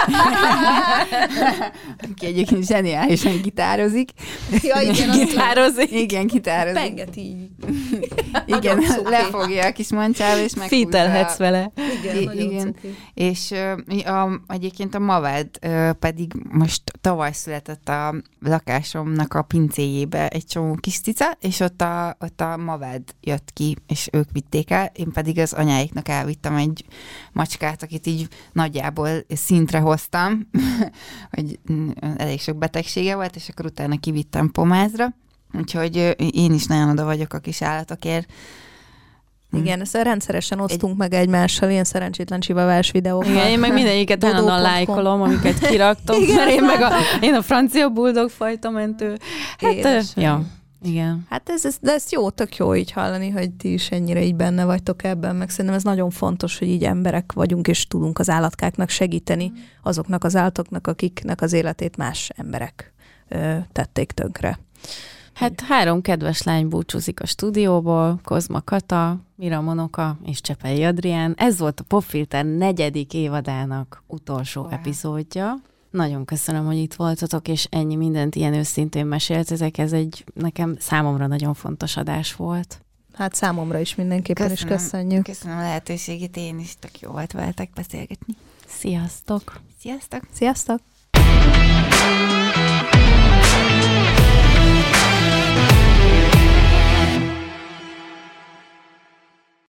aki egyébként zseniálisan gitározik. Ja, igen, gitározik. Penget így. Igen, lefogja a kis mancsába, és meghúzza. Fítelhetsz vele. Igen. És egyébként a Mavád pedig most tavaly született a lakásomnak a pincéjébe egy csomó kis cica, és ott a Mavád jött ki, és ők vitték el, én pedig az anyáiknak elvittem egy macskát, akit így nagyjából szintre hoztam, hogy elég sok betegsége volt, és akkor utána kivittem pomázra, úgyhogy én is nagyon oda vagyok a kis állatokért. Igen, ezt rendszeresen osztunk meg egymással, ilyen szerencsétlen csivavás videókat. Igen, én meg mindegyiket állandóan lájkolom, amiket kiraktok, mert én a francia buldog fajta mentő. Hát, igen. Hát de ez jó, tök jó így hallani, hogy ti is ennyire így benne vagytok ebben, meg szerintem ez nagyon fontos, hogy így emberek vagyunk, és tudunk az állatkáknak segíteni, azoknak az állatoknak, akiknek az életét más emberek tették tönkre. Hát 3 kedves lány búcsúzik a stúdióból, Kozma Kata, Mira Monoka és Csepei Adrián. Ez volt a Popfilter 4. évadának utolsó epizódja. Nagyon köszönöm, hogy itt voltatok, és ennyi mindent ilyen őszintén meséltetek. Ez nekem számomra nagyon fontos adás volt. Hát számomra is mindenképpen is köszönjük. Köszönöm a lehetőségét, én is tök jó volt veletek beszélgetni. Sziasztok! Sziasztok! Sziasztok!